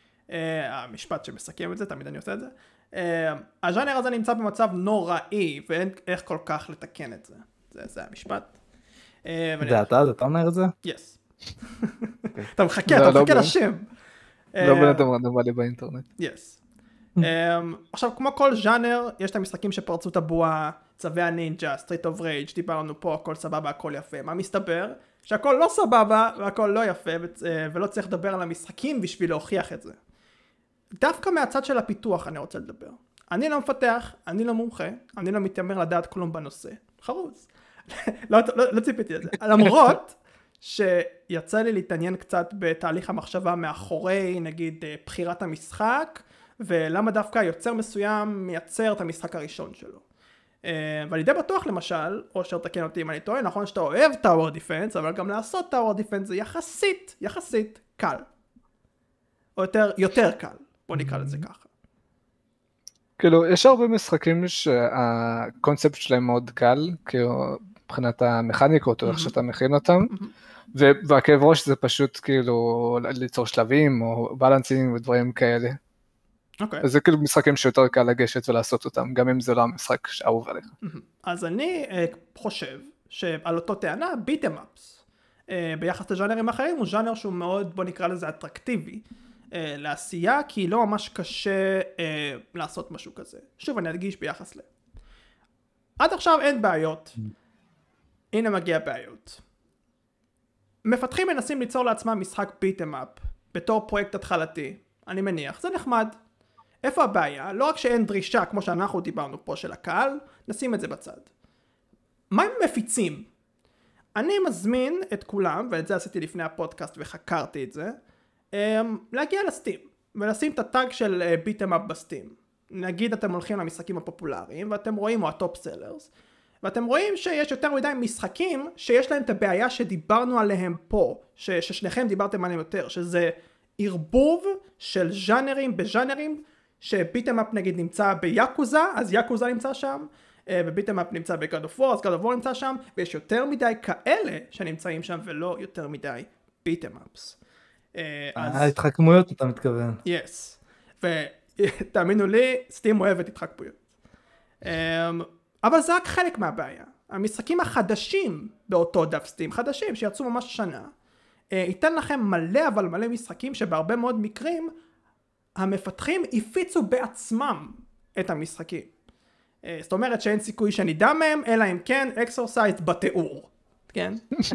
המשפט שמסכם את זה, תמיד אני עושה את זה. הז'אנר הזה נמצא במצב נוראי, ואין איך כל כך לתקן את זה. זה המשפט. זה אתה, אתה אומר את זה? יס. אתה מחכה, אתה מחכה לשם. לא בן אדם רנדומלי באינטרנט. יס. עכשיו, כמו כל ז'אנר, יש את המשחקים שפרצו את הבועה, צווי הנינג'ה, סטריט אוף רייג', דיברנו פה, הכל סבבה, הכל יפה. מה מסתבר? שהכל לא סבבה, והכל לא יפה, ולא צריך לדבר על המשחקים בשביל להוכיח את זה. דווקא מהצד של הפיתוח אני רוצה לדבר. אני לא מפתח, אני לא מומחה, אני לא מתיימר לדעת כלום בנושא. חרוז. לא, לא, לא ציפיתי את זה. למרות שיצא לי להתעניין קצת בתהליך המחשבה מאחורי, נגיד, בחירת המשחק, ולמה דווקא יוצר מסוים מייצר את המשחק הראשון שלו. ואני די בטוח למשל, או שתקן אותי אם אני טועה, נכון שאתה אוהב טאוור דיפנס, אבל גם לעשות טאוור דיפנס זה יחסית, יחסית קל. או יותר, יותר קל, בוא נקרא לזה ככה. כאילו, יש הרבה משחקים שהקונספט שלהם מאוד קל, כאילו, מבחינת המכניקות, או איך שאתה מכין אותם, והכאב ראש זה פשוט כאילו ליצור שלבים, או בלנסינג ודברים כאלה. אוקיי. אז זה כאילו משחקים שיותר קל לגשת ולעשות אותם, גם אם זה לא המשחק שאהוב עליך. אז אני חושב שעל אותו טענה, ביטם אפס, ביחס לז'אנרים אחרים, הוא ז'אנר שהוא מאוד, בוא נקרא לזה, אטרקטיבי. לעשייה, כי לא ממש קשה אה, לעשות משהו כזה. שוב, אני אדגיש ביחס ל... עד עכשיו אין בעיות. הנה מגיע בעיות. מפתחים מנסים ליצור לעצמם משחק ביטם אפ, בתור פרויקט התחלתי. אני מניח, זה נחמד. איפה הבעיה? לא רק שאין דרישה, כמו שאנחנו דיברנו פה של הקהל, נשים את זה בצד. מה הם מפיצים? אני מזמין את כולם, ואת זה עשיתי לפני הפודקאסט וחקרתי את זה, להגיע לסטים ולשים את הטאג של ביטם אפ בסטים. נגיד אתם הולכים למשחקים הפופולריים ואתם רואים או הטופ סלרס ואתם רואים שיש יותר מדי משחקים שיש להם את הבעיה שדיברנו עליהם פה, ש- ששניכם דיברתם עליהם יותר, שזה ערבוב של ז'אנרים בז'אנרים, שביטם אפ נגיד נמצא ביאקוזה, אז יאקוזה נמצא שם, וביטם אפ נמצא בגוד אוף וור, אז גוד אוף וור נמצא שם, ויש יותר מדי כאלה שנמצאים שם ולא יותר מדי ביטם אפס. ההתחכמויות אתה מתכוון. יס, ותאמינו לי, סטים אוהבת התחכמויות. אבל זה רק חלק מהבעיה. המשחקים החדשים באותו דף סטים, חדשים שיצאו ממש שנה, ייתן לכם מלא אבל מלא משחקים שבהרבה מאוד מקרים המפתחים הפיצו בעצמם את המשחקים. זאת אומרת שאין סיכוי שנדע מהם, אלא אם כן אקסרסייז בתיאור. כן?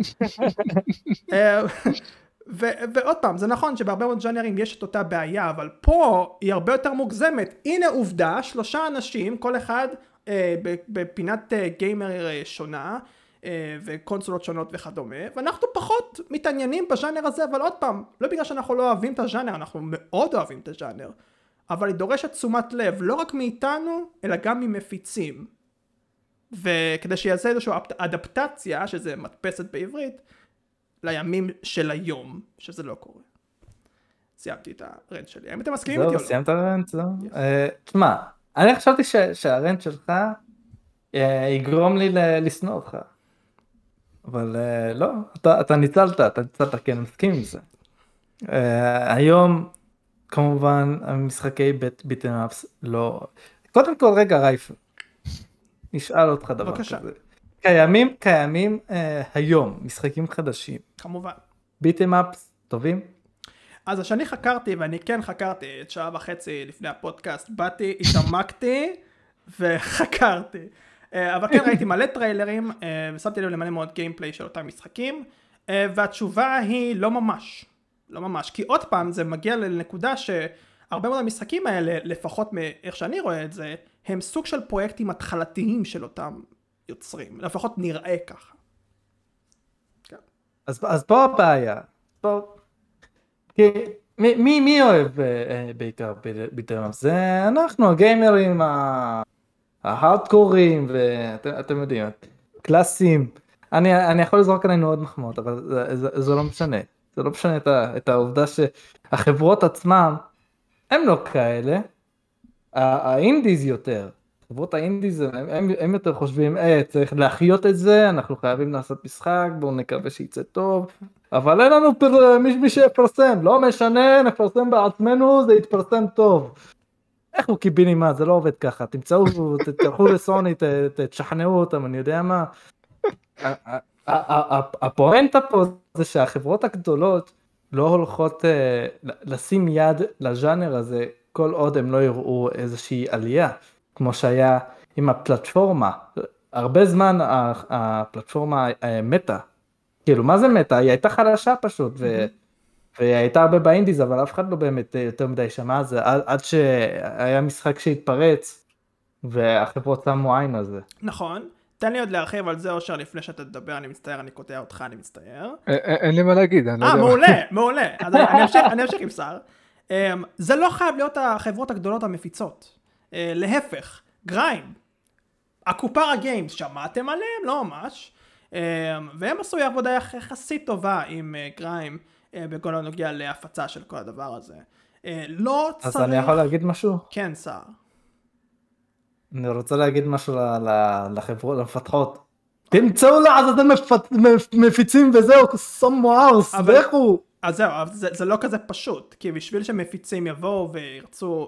ו- ועוד פעם, זה נכון שבהרבה מאוד ז'אנרים יש את אותה בעיה, אבל פה היא הרבה יותר מוגזמת. הנה עובדה, שלושה אנשים, כל אחד אה, בפינת אה, גיימר אה, שונה, אה, וקונסולות שונות וכדומה, ואנחנו פחות מתעניינים בז'אנר הזה, אבל עוד פעם, לא בגלל שאנחנו לא אוהבים את הז'אנר, אנחנו מאוד אוהבים את הז'אנר, אבל היא דורשת תשומת לב, לא רק מאיתנו, אלא גם ממפיצים. וכדי שיעשה איזושהי אדפטציה, שזה מדפסת בעברית, לימים של היום, שזה לא קורה. סיימתי את הרנט שלי. האם אתם מסכימים איתי או לא? זהו, סיימת הרנט? זהו. תשמע, אני חשבתי שהרנט שלך יגרום לי לשנוא אותך. אבל לא, אתה, אתה ניצלת, אתה ניצלת, כן, אני מסכים עם זה. היום, כמובן, המשחקי ביט'אם-אפס לא... קודם כל, רגע, רייפל, נשאל אותך דבר בבקשה. כזה. קיימים, קיימים היום משחקים חדשים. כמובן. ביט'אם-אפס טובים? אז כשאני חקרתי, ואני כן חקרתי את שעה וחצי לפני הפודקאסט, באתי, התעמקתי וחקרתי. אבל כן ראיתי מלא טריילרים, ושמתי לב למלא מאוד גיימפליי של אותם משחקים, והתשובה היא לא ממש. לא ממש. כי עוד פעם זה מגיע לנקודה שהרבה מאוד המשחקים האלה, לפחות מאיך שאני רואה את זה, הם סוג של פרויקטים התחלתיים של אותם יוצרים. לפחות נראה ככה. כן. אז, אז פה הבעיה. פה... כי מי, מי, מי אוהב אה, בעיקר ביט'אם-אפ? זה אנחנו, הגיימרים ההארדקורים, ואתם יודעים, קלאסיים. אני, אני יכול לזרוק עלינו עוד מחמאות, אבל זה, זה, זה לא משנה. זה לא משנה את, ה, את העובדה שהחברות עצמם, הם לא כאלה. האינדיז יותר. חברות האינדיז, הם, הם, הם יותר חושבים, אה, צריך להחיות את זה, אנחנו חייבים לעשות משחק, בואו נקווה שיצא טוב. אבל אין לנו פר... מי, מי שיפרסם, לא משנה, נפרסם בעצמנו, זה יתפרסם טוב. איך הוא קיביני מה, זה לא עובד ככה, תמצאו, תלכו לסוני, תשכנעו אותם, אני יודע מה. הפואנטה פה זה שהחברות הגדולות לא הולכות לשים יד לז'אנר הזה, כל עוד הם לא יראו איזושהי עלייה, כמו שהיה עם הפלטפורמה. הרבה זמן הפלטפורמה מתה. כאילו, מה זה מתה? היא הייתה חלשה פשוט, ו... והיא הייתה הרבה באינדיז, אבל אף אחד לא באמת יותר מדי שמע על זה, עד, עד שהיה משחק שהתפרץ, והחברות שמו עין על זה. נכון. תן לי עוד להרחיב על זה, אושר, לפני שאתה תדבר, אני מצטער, אני קוטע אותך, אני מצטער. אין לי מה להגיד, אני לא יודע. אה, מעולה, מעולה. אז אני אמשיך, אני אמשיך עם שר. זה לא חייב להיות החברות הגדולות המפיצות. להפך, גריים. הקופרה גיימס, שמעתם עליהם? לא ממש. והם עשו עבודה יחסית טובה עם גריים, בכל הנוגע להפצה של כל הדבר הזה. לא צריך... אז אני יכול להגיד משהו? כן, שר. אני רוצה להגיד משהו לחברות, למפתחות. תמצאו לעזאזל מפיצים וזהו, סומו ארס, לכו. אז זהו, זה לא כזה פשוט, כי בשביל שמפיצים יבואו וירצו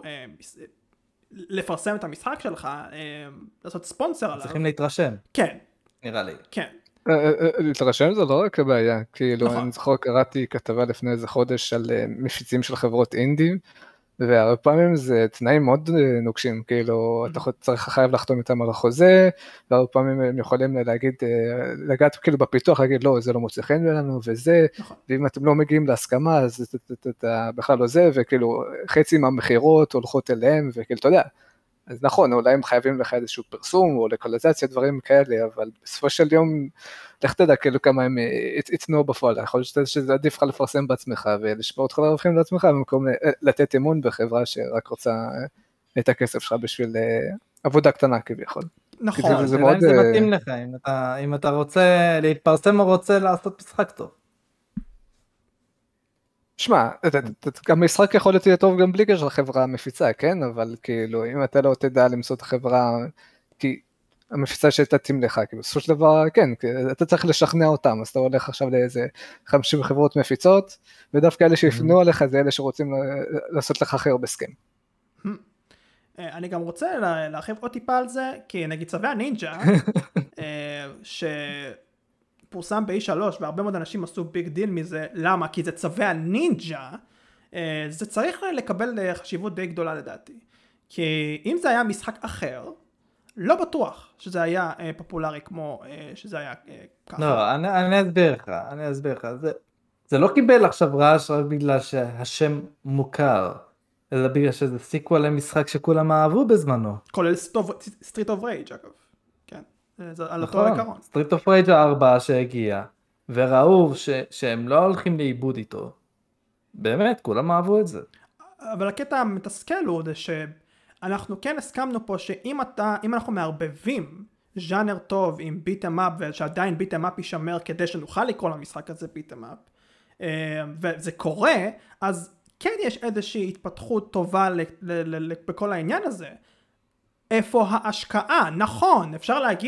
לפרסם את המשחק שלך, לעשות ספונסר עליו. צריכים להתרשם. כן. נראה לי. כן. להתרשם זה לא רק הבעיה, כאילו אני זוכר קראתי כתבה לפני איזה חודש על מפיצים של חברות אינדי, והרבה פעמים זה תנאים מאוד נוקשים, כאילו אתה צריך חייב לחתום איתם על החוזה, והרבה פעמים הם יכולים להגיד, לגעת כאילו בפיתוח, להגיד לא, זה לא מוצא חן לנו וזה, ואם אתם לא מגיעים להסכמה, אז אתה בכלל לא זה, וכאילו חצי מהמחירות הולכות אליהם, וכאילו אתה יודע, אז נכון, אולי הם חייבים לך איזשהו פרסום, או לקולזציה, דברים כאלה, אבל בסופו של יום, לך תדע כאילו כמה הם יתנו בפועל, יכול להיות שזה עדיף לך לפרסם בעצמך, ולשמור אותך לרווחים לעצמך, במקום לתת אמון בחברה שרק רוצה את הכסף שלך בשביל עבודה קטנה כביכול. נכון. זה מאוד... זה מתאים לך, אם אתה, אם אתה רוצה להתפרסם או רוצה לעשות משחק טוב. שמע, גם משחק יכול להיות טוב גם בלי קשר לחברה המפיצה, כן? אבל כאילו, אם אתה לא תדע למצוא את החברה, כי המפיצה שתתאים לך, כאילו, בסופו של דבר, כן, אתה צריך לשכנע אותם, אז אתה הולך עכשיו לאיזה חמישים חברות מפיצות, ודווקא אלה שיפנו עליך, זה אלה שרוצים לעשות לך הכי הרבה סכם. אני גם רוצה להרחיב עוד טיפה על זה, כי נגיד צווי הנינג'ה, ש... פורסם ב-אי שלוש, והרבה מאוד אנשים עשו ביג דיל מזה. למה? כי זה צווי הנינג'ה, זה צריך לקבל חשיבות די גדולה לדעתי. כי אם זה היה משחק אחר, לא בטוח שזה היה פופולרי כמו שזה היה ככה. לא, אני, אני אסביר לך, אני אסביר לך. זה, זה לא קיבל עכשיו רעש רק בגלל שהשם מוכר, אלא בגלל שזה סיקוול למשחק שכולם אהבו בזמנו. כולל סטריט אוף רייג' אגב. זה על אותו עיקרון. סטריט אוף רייג' הארבע שהגיע, וראו ש, שהם לא הולכים לאיבוד איתו. באמת, כולם אהבו את זה. אבל הקטע המתסכל הוא זה שאנחנו כן הסכמנו פה שאם אתה, אם אנחנו מערבבים ז'אנר טוב עם ביט'אם אפ, ושעדיין ביט'אם אפ יישמר כדי שנוכל לקרוא למשחק הזה ביט'אם אפ, וזה קורה, אז כן יש איזושהי התפתחות טובה בכל העניין הזה. איפה ההשקעה? נכון, אפשר להגיד,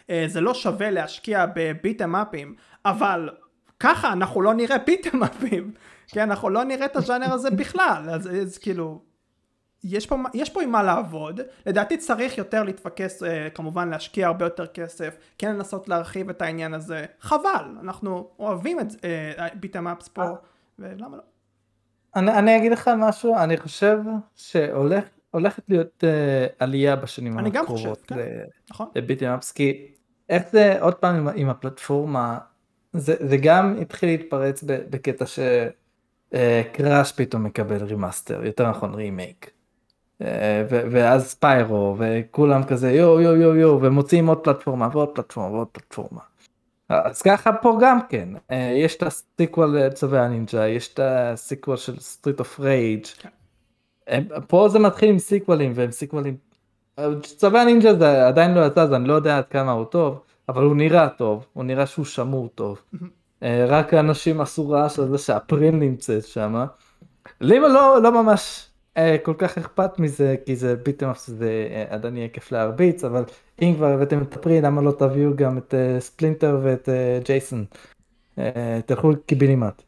זה לא שווה להשקיע בביטם-אפים, אבל ככה אנחנו לא נראה ביטם-אפים, כן, אנחנו לא נראה את הז'אנר הזה בכלל, אז, אז כאילו, יש פה, יש פה עם מה לעבוד, לדעתי צריך יותר להתפקס, כמובן להשקיע הרבה יותר כסף, כן לנסות להרחיב את העניין הזה, חבל, אנחנו אוהבים את ביטם-אפס פה, ולמה לא? אני, אני אגיד לך משהו, אני חושב שהולכת להיות uh, עלייה בשנים אני גם הקרובות חושב, כן, נכון. לביטם-אפס, כי איך זה עוד פעם עם, עם הפלטפורמה, זה, זה גם התחיל להתפרץ בקטע שקראש פתאום מקבל רימאסטר, יותר נכון רימייק. ואז ספיירו, וכולם כזה יו יו יו יו, ומוצאים עוד פלטפורמה ועוד פלטפורמה ועוד פלטפורמה. אז ככה פה גם כן, יש את הסיקוול צווי הנינג'ה, יש את הסיקוול של סטריט אוף רייג', פה זה מתחיל עם סיקוולים, והם סיקוולים, צווי הנינג'ה זה עדיין לא יצא, אז אני לא יודע עד כמה הוא טוב, אבל הוא נראה טוב, הוא נראה שהוא שמור טוב. רק האנשים עשו רעש על זה שהפריל נמצאת שם. לימה לא, לא ממש כל כך אכפת מזה, כי זה ביטם-אפס, זה עדיין יהיה כיף להרביץ, אבל אם כבר הבאתם את הפריל, למה לא תביאו גם את ספלינטר ואת ג'ייסון? תלכו קיבינימט.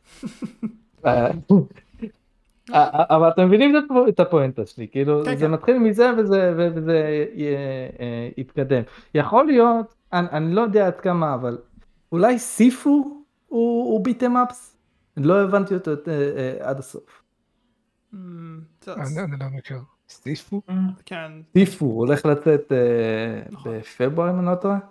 אבל אתם מבינים את הפואנטה שלי, כאילו זה מתחיל מזה וזה יתקדם. יכול להיות, אני לא יודע עד כמה, אבל אולי סיפו הוא ביטם-אפס? לא הבנתי אותו עד הסוף. אני לא מכיר. סיפו? כן. סיפו, הולך לצאת בפברואר אם אני לא טועה?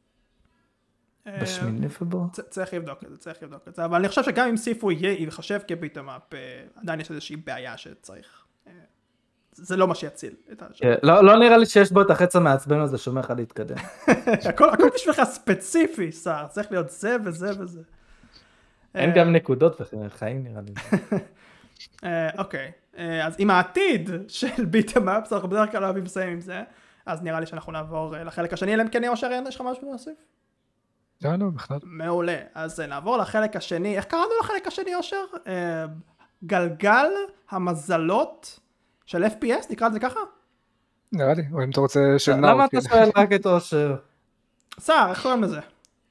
בשמיני לפברואר? צריך לבדוק את זה, צריך לבדוק את זה, אבל אני חושב שגם אם סיפו יהיה, יחשב כביטם-אפ, עדיין יש איזושהי בעיה שצריך. זה לא מה שיציל את השאלה. לא נראה לי שיש בו את החץ המעצבן הזה שאומר לך להתקדם. הכל בשבילך ספציפי, שר, צריך להיות זה וזה וזה. אין גם נקודות וחיים נראה לי. אוקיי, אז עם העתיד של ביטם-אפס, אנחנו בדרך כלל אוהבים לסיים עם זה, אז נראה לי שאנחנו נעבור לחלק השני, אלא אם כן אושר, יש לך משהו להוסיף? לא, לא, בכלל. מעולה, אז נעבור לחלק השני, איך קראנו לחלק השני אושר? גלגל המזלות של אף פי אס, נקרא את זה ככה? נראה לי, או אם אתה רוצה של נאו. למה אתה שואל רק את אושר? שר, איך קוראים לזה?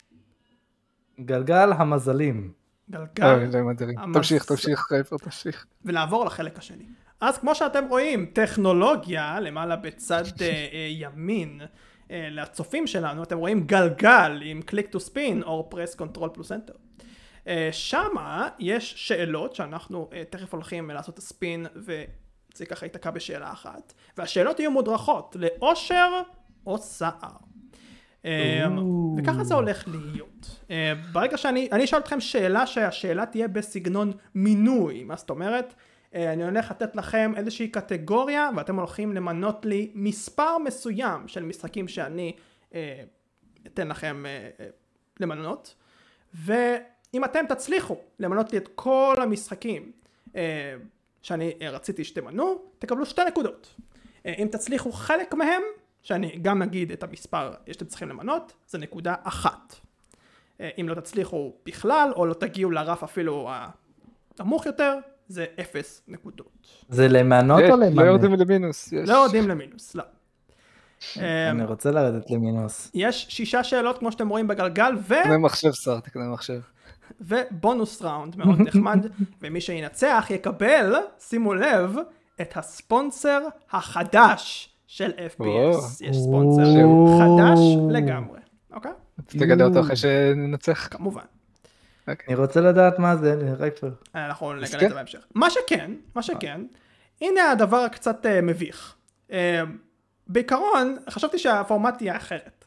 גלגל המזלים. גלגל תמשיך, תמשיך, חייפר, תמשיך. ונעבור לחלק השני. אז כמו שאתם רואים, טכנולוגיה, למעלה בצד ימין, לצופים שלנו, אתם רואים גלגל עם קליק טו ספין, או פרס קונטרול פלוס אנטר. שמה יש שאלות שאנחנו תכף הולכים לעשות את הספין, וזה ככה ייתקע בשאלה אחת. והשאלות יהיו מודרכות לאושר או סער. וככה זה הולך להיות. ברגע שאני, אני אשאל אתכם שאלה שהשאלה תהיה בסגנון מינוי. מה זאת אומרת? אני הולך לתת לכם איזושהי קטגוריה, ואתם הולכים למנות לי מספר מסוים של משחקים שאני אתן לכם למנות. ואם אתם תצליחו למנות לי את כל המשחקים שאני רציתי שתמנו, תקבלו שתי נקודות. אם תצליחו חלק מהם, שאני גם אגיד את המספר שאתם צריכים למנות, זה נקודה אחת. אם לא תצליחו בכלל, או לא תגיעו לרף אפילו הנמוך יותר, זה אפס נקודות. זה למנות או למנות? לא יורדים למינוס. לא יורדים למינוס, לא. אני רוצה לרדת למינוס. יש שישה שאלות כמו שאתם רואים בגלגל, ו... תקנה מחשב, שר, תקנה מחשב. ובונוס ראונד מאוד נחמד, ומי שינצח יקבל, שימו לב, את הספונסר החדש של אף פי אס. יש ספונסר חדש לגמרי. אוקיי? תגלה אותו אחרי שננצח. כמובן. אני רוצה לדעת מה זה, רייפר. אנחנו נגלה את זה בהמשך. מה שכן, מה שכן, הנה הדבר הקצת מביך. בעיקרון, חשבתי שהפורמט תהיה אחרת.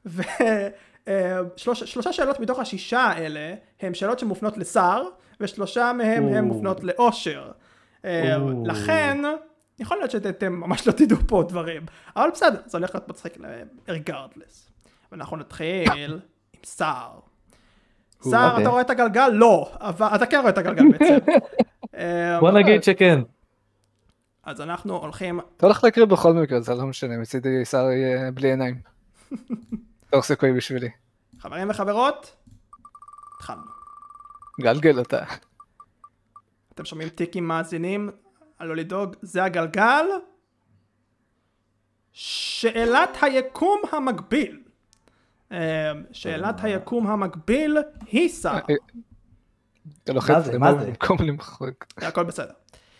ושלושה שאלות מתוך השישה האלה, הן שאלות שמופנות לשר, ושלושה מהם הן מופנות לאושר. לכן, יכול להיות שאתם ממש לא תדעו פה דברים, אבל בסדר, זה הולך להיות מצחיק regardless. ואנחנו נתחיל עם שר. שר, אתה רואה את הגלגל? לא, אבל אתה כן רואה את הגלגל בעצם. בוא נגיד שכן. אז אנחנו הולכים... אתה הולך להקריא בכל מקרה, זה לא משנה, מצידי שר יהיה בלי עיניים. תוך סיכוי בשבילי. חברים וחברות, התחלנו. גלגל אותה. אתם שומעים טיקים מאזינים, לא לדאוג, זה הגלגל. שאלת היקום המקביל. שאלת היקום המקביל היא שר. אתה לוחץ רימוב במקום למחוק. הכל בסדר.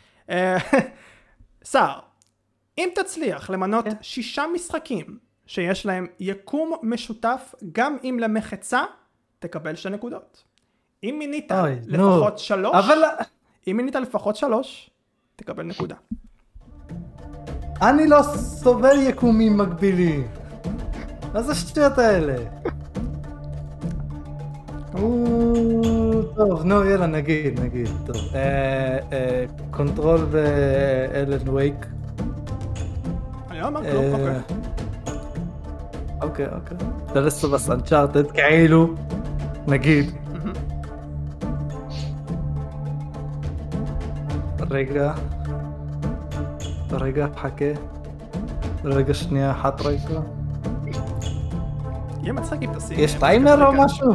שר, אם תצליח למנות שישה משחקים שיש להם יקום משותף גם אם למחצה, תקבל שתי נקודות. אם מינית לפחות שלוש, אם מינית לפחות שלוש, תקבל נקודה. אני לא סובל יקומים מקבילים. מה זה השטויות האלה? טוב, נו, יאללה, נגיד, נגיד, טוב. קונטרול ואלן וייק. אני לא אמר כלום, אוקיי. אוקיי, אוקיי. דלסו בסנצ'ארטד, כאילו, נגיד. רגע. רגע, חכה. רגע שנייה אחת רגע. יהיה מצחיק אם תשים. יש טיימר או משהו?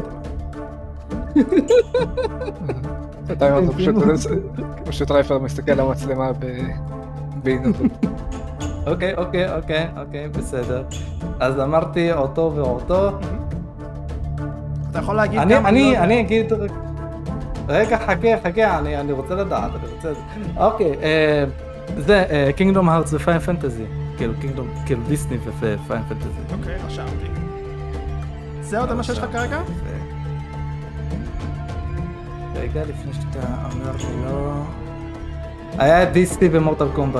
טיימר זה פשוט רייפר מסתכל על המצלמה בעינותות. אוקיי, אוקיי, אוקיי, אוקיי, בסדר. אז אמרתי אותו ואותו. אתה יכול להגיד גם... אני, אני אגיד... רגע, חכה, חכה, אני רוצה לדעת, אני רוצה לדעת. אוקיי, זה קינגדום הארטס ופיין פנטזי. כאילו קינגדום, כאילו דיסני ופיין פנטזי. אוקיי, רשמתי. זה עוד מה שיש לך כרגע? רגע, לפני שאתה אומר לי לא... היה את דיסני ומורטל קומבט.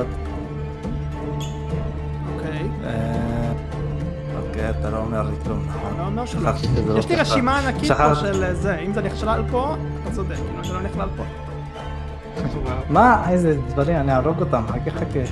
אוקיי. אוקיי, אתה לא אומר לי כלום, נכון? לא אומר שלא. יש לי רשימה ענקית פה של זה, אם זה נכלל פה, אתה צודק, אם זה לא נכלל פה. מה? איזה דברים, אני ארוג אותם, חכה חכה.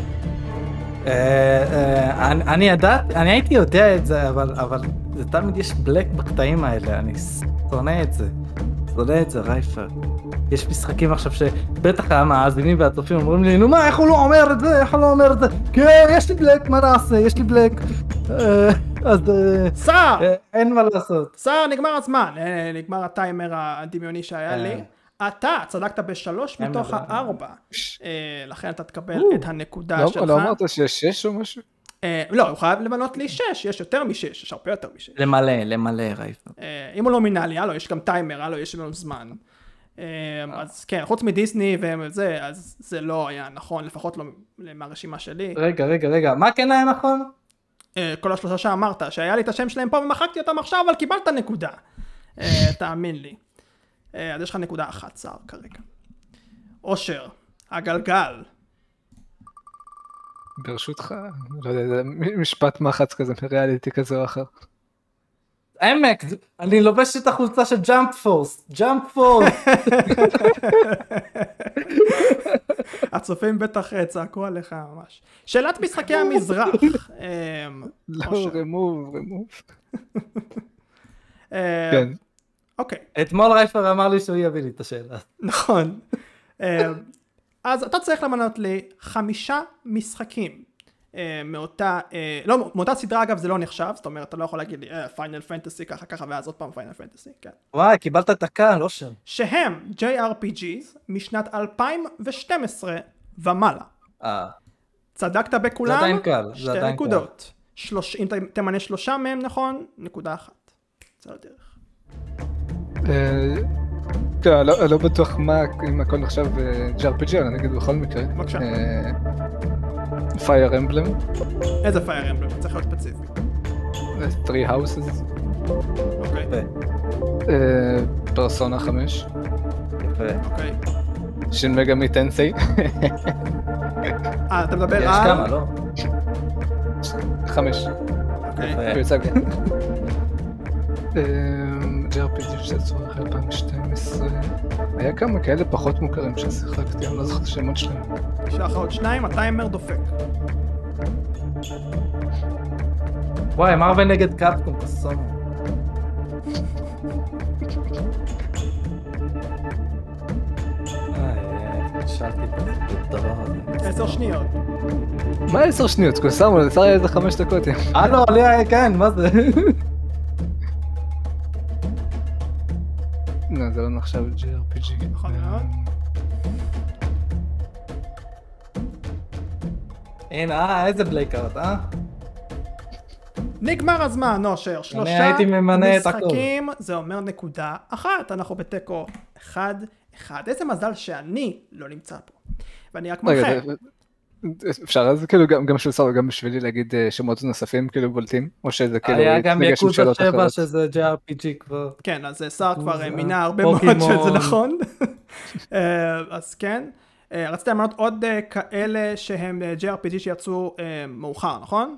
אני ידעת, אני הייתי יודע את זה, אבל זה תמיד יש בלק בקטעים האלה, אני שונא את זה. שונא את זה, רייפר. יש משחקים עכשיו שבטח המאזינים והצופים אומרים לי, נו מה, איך הוא לא אומר את זה, איך הוא לא אומר את זה? כן, יש לי בלק, מה נעשה? יש לי בלק. אז... סער! אין מה לעשות. סער, נגמר הזמן. נגמר הטיימר הדמיוני שהיה לי. אתה צדקת בשלוש מתוך הארבע. לכן אתה תקבל את הנקודה שלך. לא אמרת שיש שש או משהו? לא, הוא חייב למנות לי שש, יש יותר משש, יש הרבה יותר משש. למלא, למלא, רייפר. אם הוא לא מינה לי, הלו, יש גם טיימר, הלו, יש לנו זמן. אז כן, חוץ מדיסני וזה, אז זה לא היה נכון, לפחות לא מהרשימה שלי. רגע, רגע, רגע, מה כן היה נכון? כל השלושה שאמרת, שהיה לי את השם שלהם פה ומחקתי אותם עכשיו, אבל קיבלת נקודה. תאמין לי. אז יש לך נקודה אחת, סער, כרגע. אושר, הגלגל. ברשותך, לא יודע, זה משפט מחץ כזה, ריאליטי כזה או אחר. עמק, אני לובש את החולצה של ג'אמפ פורס, ג'אמפ פורס. הצופים בטח צעקו עליך ממש. שאלת משחקי המזרח. לא, רמוב, רמוב. כן. אוקיי. אתמול רייפר אמר לי שהוא יביא לי את השאלה. נכון. אז אתה צריך למנות לי חמישה משחקים מאותה, לא, מאותה סדרה אגב זה לא נחשב, זאת אומרת אתה לא יכול להגיד לי פיינל פנטסי ככה ככה ואז עוד פעם פיינל פנטסי, כן. וואי, קיבלת את הקהל, לא שם. שהם ג'יי אר פי ג'יז משנת אלפיים ושתים עשרה ומעלה. אה. צדקת בכולם? זה עדיין קל, זה עדיין קל. שתי נקודות. אם תמנה שלושה מהם נכון, נקודה אחת. זה הדרך. לא, לא בטוח מה, אם הכל נחשב ג'י אר פי ג'י, אני אגיד בכל מקרה. בבקשה. פייר אמבלם. איזה פייר אמבלם? צריך להיות ספציפי. Three Houses. אוקיי. פרסונה חמש. יפה. אוקיי. שין מגמי טנסי. אה, אתה מדבר על... יש כמה, לא? חמש. אוקיי. יוצג. ג'י אר פי ג'י שצורך אלפיים ושתים עשרה. היה כמה כאלה פחות מוכרים ששיחקתי, אני לא זוכר את השמות שלהם. יש לך עוד שניים, הטיימר דופק. וואי, מה הרבה נגד קאפקום קוסומו? איי, שאלתי את הדבר הזה. עשר שניות. מה עשר שניות? קוסומו, זה צריך איזה חמש דקות. הלו, עליה, כן, מה זה? לא, זה לא נחשב ג'י אר פי ג'י. נכון מאוד. הנה, אה, איזה בלייקאוט, אה? נגמר הזמן, נושר. שלושה הייתי ממנה את הכל. משחקים, זה אומר נקודה אחת. אנחנו בתיקו אחד, אחד. איזה מזל שאני לא נמצא פה. ואני רק מנחה. אפשר אז כאילו גם של שר וגם בשבילי להגיד שמות נוספים כאילו בולטים, או שזה כאילו... היה גם יקוזה שבע שזה ג'י אר פי ג'י כבר. כן, אז שר כבר מינה הרבה מאוד שזה נכון. אז כן. רציתי למנות עוד כאלה שהם ג'י אר פי ג'י שיצאו מאוחר, נכון?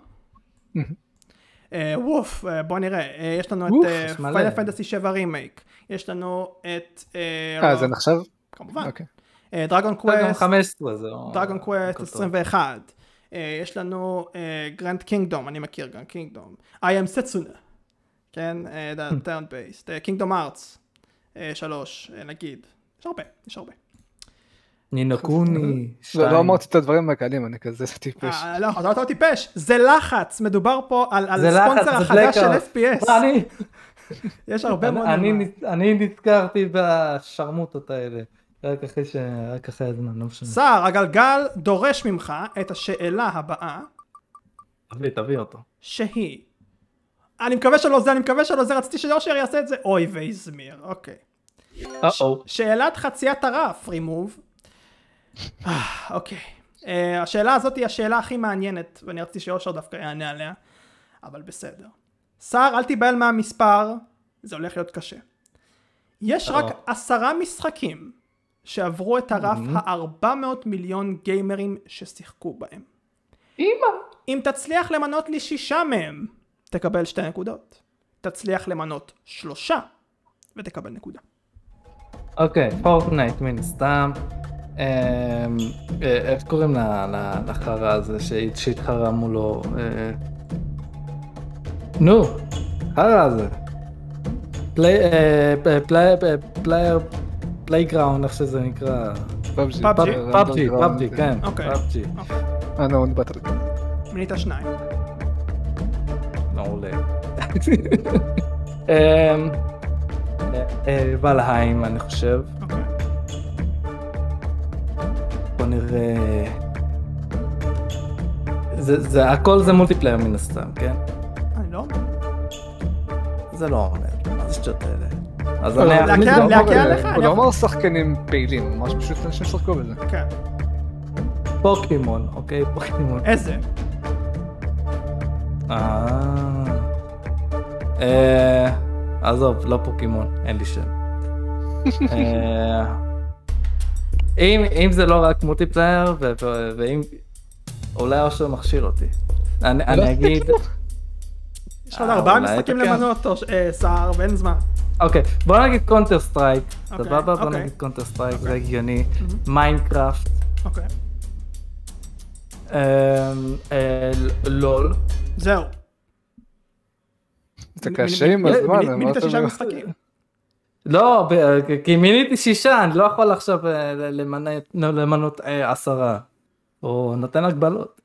ווף, בוא נראה. יש לנו את פיינל פנטסי שבע רימייק. יש לנו את... אה, זה נחשב? כמובן. דרגון קווסט, חמש עשרה, דרגון קווסט עשרים ואחת, יש לנו גרנד קינגדום, אני מכיר גרנד קינגדום, I am Setsuna, כן, טרן בייסט, קינגדום ארטס, שלוש, נגיד, יש הרבה, יש הרבה. נינו קוני, שתיים. לא אמרתי את הדברים הקלים, אני כזה טיפש. לא, אתה לא טיפש, זה לחץ, מדובר פה על ספונסר החדש של אף פי אס. יש הרבה מאוד. אני נזכרתי בשרמוטות האלה. רק אחרי ש... רק אחרי הזמן, לא משנה. שר, הגלגל דורש ממך את השאלה הבאה. תביא, תביא אותו. שהיא. אני מקווה שלא זה, אני מקווה שלא זה, רציתי שיושר יעשה את זה. אוי ויזמיר, אוקיי. ש... שאלת חציית הרף, רימוב. אוקיי. השאלה הזאת היא השאלה הכי מעניינת, ואני רציתי שיושר דווקא יענה עליה, אבל בסדר. שר, אל תיבהל מהמספר, זה הולך להיות קשה. יש רק עשרה משחקים שעברו את הרף ה-ארבע מאות מיליון גיימרים ששיחקו בהם. אמא! אם תצליח למנות לי שישה מהם, תקבל שתי נקודות. תצליח למנות שלושה, ותקבל נקודה. אוקיי, פורטנייט מן סתם. איך קוראים לחרה הזה שהתחרה מולו? נו, חרה הזה. פלייר... פלייגראונד, איך שזה נקרא? פאבג'י. פאבג'י, פאבג'י, כן. פאבג'י. אה, נו, נבטל. מנית שניים. מעולה. ולהיים, אני חושב. אוקיי. בוא נראה... זה, הכל זה מולטיפלייר מן הסתם, כן? אני לא אומר. זה לא אומר, מה זה שטות האלה? אז אני אכניס גם להקל עליך? הוא לא אמר שחקנים פעילים, ממש פשוט אנשים ששחקו בזה. כן. פוקימון, אוקיי, פוקימון. איזה? אה... עזוב, לא פוקימון, אין לי שם. אם זה לא רק מולטיפלייר, ואם... אולי אושר מכשיר אותי. אני אגיד... יש עוד ארבעה משחקים למנות, סער, ואין זמן. אוקיי, בוא נגיד קונטר סטרייק, סבבה? בוא נגיד קונטר סטרייק, זה הגיוני. מיינקראפט. אוקיי. לול. זהו. זה קשה עם הזמן. מינית שישה משחקים. לא, כי מיניתי שישה, אני לא יכול עכשיו למנות עשרה. או נותן הגבלות.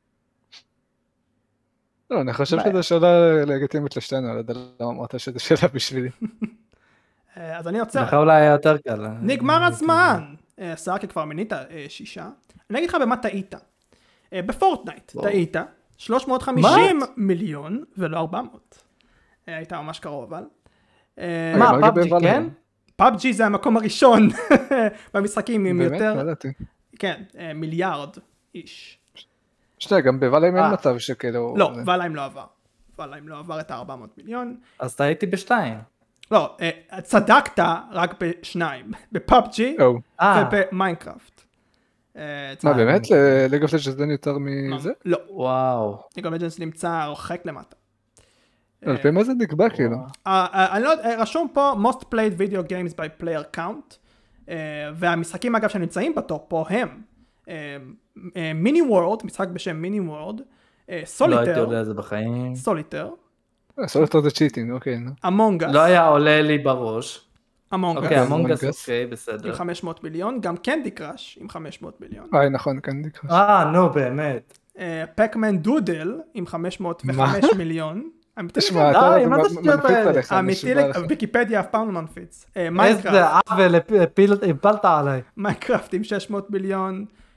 לא, אני חושב שזו שאלה לגיטימית לשתינו, על ידי לא אמרת שזו שאלה בשבילי. אז אני עוצר. לך אולי היה יותר קל. נגמר הזמן. סער, כבר מינית שישה. אני אגיד לך במה טעית. בפורטנייט טעית. שלוש מאות וחמישים מיליון ולא ארבע מאות. הייתה ממש קרוב, אבל. מה, פאבג'י, כן? פאבג'י זה המקום הראשון במשחקים עם יותר... באמת, ידעתי. כן, מיליארד איש. שתי, גם בוואליים אין מצב שכאילו... לא, וואליים לא עבר. וואליים לא עבר את ה-ארבע מאות מיליון. אז טעיתי בשתיים. לא, צדקת רק בשניים. בפאבג'י ובמיינקראפט. מה, באמת? ליג אוף לג'נדס יותר מזה? לא. וואו. ליג אוף לג'נדס נמצא רחק למטה. על פי מה זה נקבע כאילו? אני לא יודע, רשום פה most played video games by player count. והמשחקים אגב שנמצאים בטופ פה הם מיני וורלד, משחק בשם מיני וורלד, סוליטר, לא הייתי יודע על זה בחיים, סוליטר, סוליטר זה צ'יטינג, אוקיי, אמונג אס, לא היה עולה לי בראש, אמונג אס, אוקיי, אמונג אס, אוקיי, בסדר, עם חמש מאות מיליון, גם קנדי קראש עם חמש מאות מיליון, אה נכון, קנדי קראש, אה נו באמת, פקמן דודל עם חמש מאות וחמש מיליון, תשמע, אתה מנפיץ עליך. אמיתי, ויקיפדיה אף פעם לא מנפיץ. איזה עוול הפלת עליי. מיינקראפט עם שש מאות מיליון,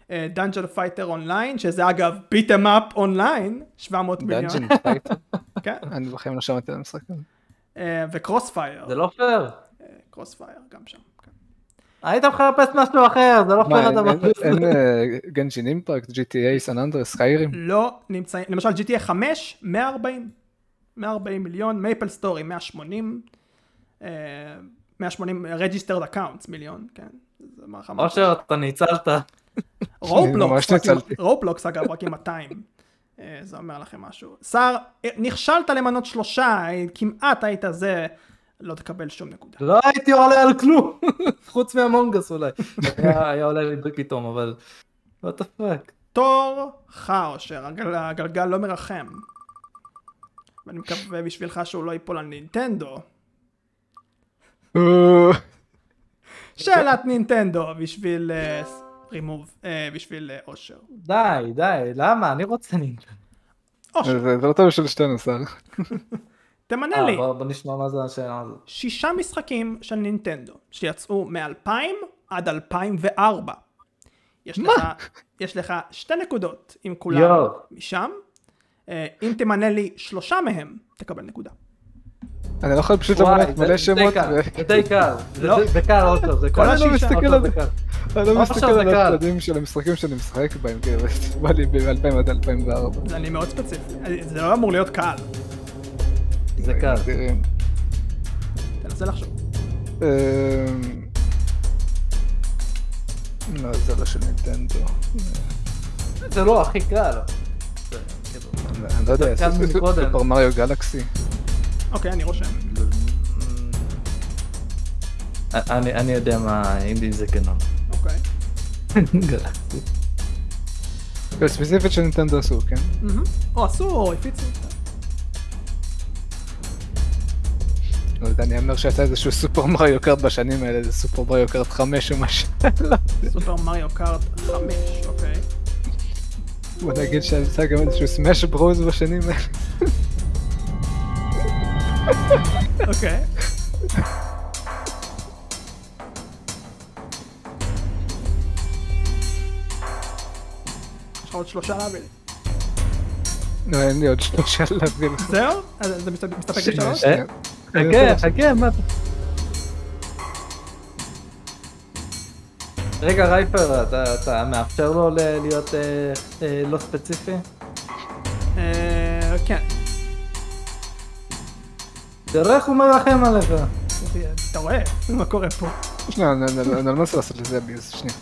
דאנג'ן פייטר אונליין, שזה אגב ביטם אפ אונליין, שבע מאות מיליון. דאנג'ן פייטר? כן. אני בחיים לא שמעתי על המשחק הזה. וקרוס פייר. זה לא פייר. קרוס פייר, גם שם. היית מחפש משהו אחר, זה לא פייר הדבר. אין גנג'ין אימפקט, ג'י טי איי, סן אנדרס, סקיירים? לא נמצאים, למשל ג'י טי איי חמש, מאה וארבעים. מאה וארבעים מיליון, מייפל סטורי, מאה ושמונים. מאה ושמונים registered accounts מיליון, כן. אושר, אתה ניצלת. רובלוקס, רובלוקס אגב, רק עם מאתיים. זה אומר לכם משהו. שר, נכשלת למנות שלושה, כמעט היית זה, לא תקבל שום נקודה. לא הייתי עולה על כלום, חוץ מהמונגס אולי. היה עולה לי פתאום, אבל... what the fuck. תור חאושר, הגלגל לא מרחם. ואני מקווה בשבילך שהוא לא ייפול על נינטנדו. שאלת נינטנדו בשביל רימוב, בשביל אושר. די, די, למה? אני רוצה נינטנדו. אושר. זה לא טוב של שתינו, שר. תמנה לי. בוא נשמע מה זה השאלה הזאת. שישה משחקים של נינטנדו, שיצאו מ-אלפיים עד אלפיים וארבע. יש לך, יש לך שתי נקודות עם כולם משם. אם תמנה לי שלושה מהם, תקבל נקודה. אני לא יכול פשוט למנות מלא שמות. זה די קל, זה קל אוטו, זה קל. אני לא מסתכל על זה. אני לא מסתכל על הצדדים של המשחקים שאני משחק בהם, כי זה בא לי ב-אלפיים עד אלפיים וארבע. אני מאוד ספציפי, זה לא אמור להיות קל. זה קל. תנסה לחשוב. לא, זה לא של נינטנדו. זה לא הכי קל. אני לא יודע, סופר מריו גלקסי. אוקיי, אני רושם. אני יודע מה אינדי זה קנון. אוקיי. גלקסי. ספציפית של נינטנדו עשו, כן? או, עשו, או הפיצו. לא יודע, אני אומר שעשה איזשהו סופר מריו קארט בשנים האלה, זה סופר מריו קארט חמש או משהו. סופר מריו קארט חמש, אוקיי. בוא נגיד שעשה גם איזשהו סמאש ברוז בשנים האלה. אוקיי. יש לך עוד שלושה להביא לי. לא, אין לי עוד שלושה להביא לי. זהו? אז זה מסתפק בשלוש? חכה, חכה, מה אתה? רגע, רייפר, אתה מאפשר לו להיות לא ספציפי? כן. תראה איך הוא מרחם עליך. אתה רואה? מה קורה פה? שנייה, אני לא מנסה לעשות לזה ביוס, שנייה.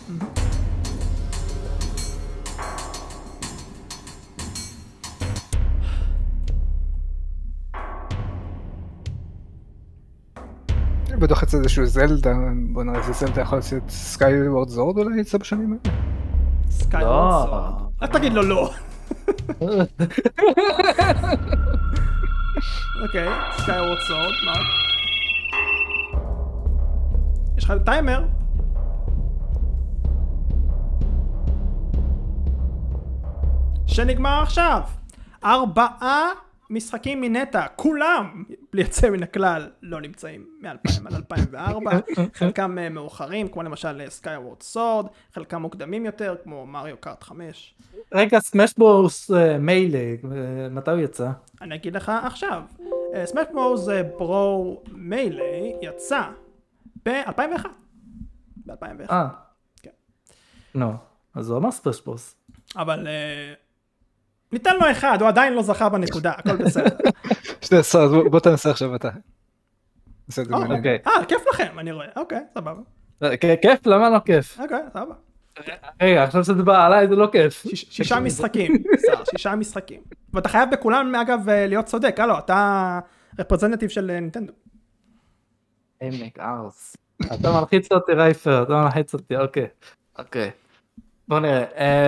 בטוח יצא איזשהו זלדה, בוא נראה איזה זלדה יכול לצאת סקאי וורד זורד אולי יצא בשנים האלה? סקאי וורד זורד. אל תגיד לו לא. אוקיי, סקאי וורד זורד, מה? יש לך טיימר? שנגמר עכשיו. ארבעה משחקים מנטה, כולם, בלי יוצא מן הכלל, לא נמצאים מ-אלפיים עד אלפיים וארבע, חלקם מאוחרים, כמו למשל סקייוורד סורד, חלקם מוקדמים יותר, כמו מריו קארט חמש. רגע, סמאש ברוס מיילי, מתי הוא יצא? אני אגיד לך עכשיו, סמאש ברוס ברו מיילי יצא ב-אלפיים ואחת. ב-אלפיים ואחת. אה. כן. נו, אז הוא אמר סמאש ברוס. אבל... ניתן לו אחד, הוא עדיין לא זכה בנקודה, הכל בסדר. שתי עשרה, בוא תנסה עכשיו אתה. אוקיי. אה, כיף לכם, אני רואה. אוקיי, סבבה. כיף? למה לא כיף? אוקיי, סבבה. רגע, עכשיו שזה בא עליי, זה לא כיף. שישה משחקים, שישה משחקים. ואתה חייב בכולם, אגב, להיות צודק. הלו, אתה רפרזנטטיב של נינטנדו. עמק ארס. אתה מלחיץ אותי רייפר, אתה מלחיץ אותי, אוקיי. אוקיי. בוא נראה.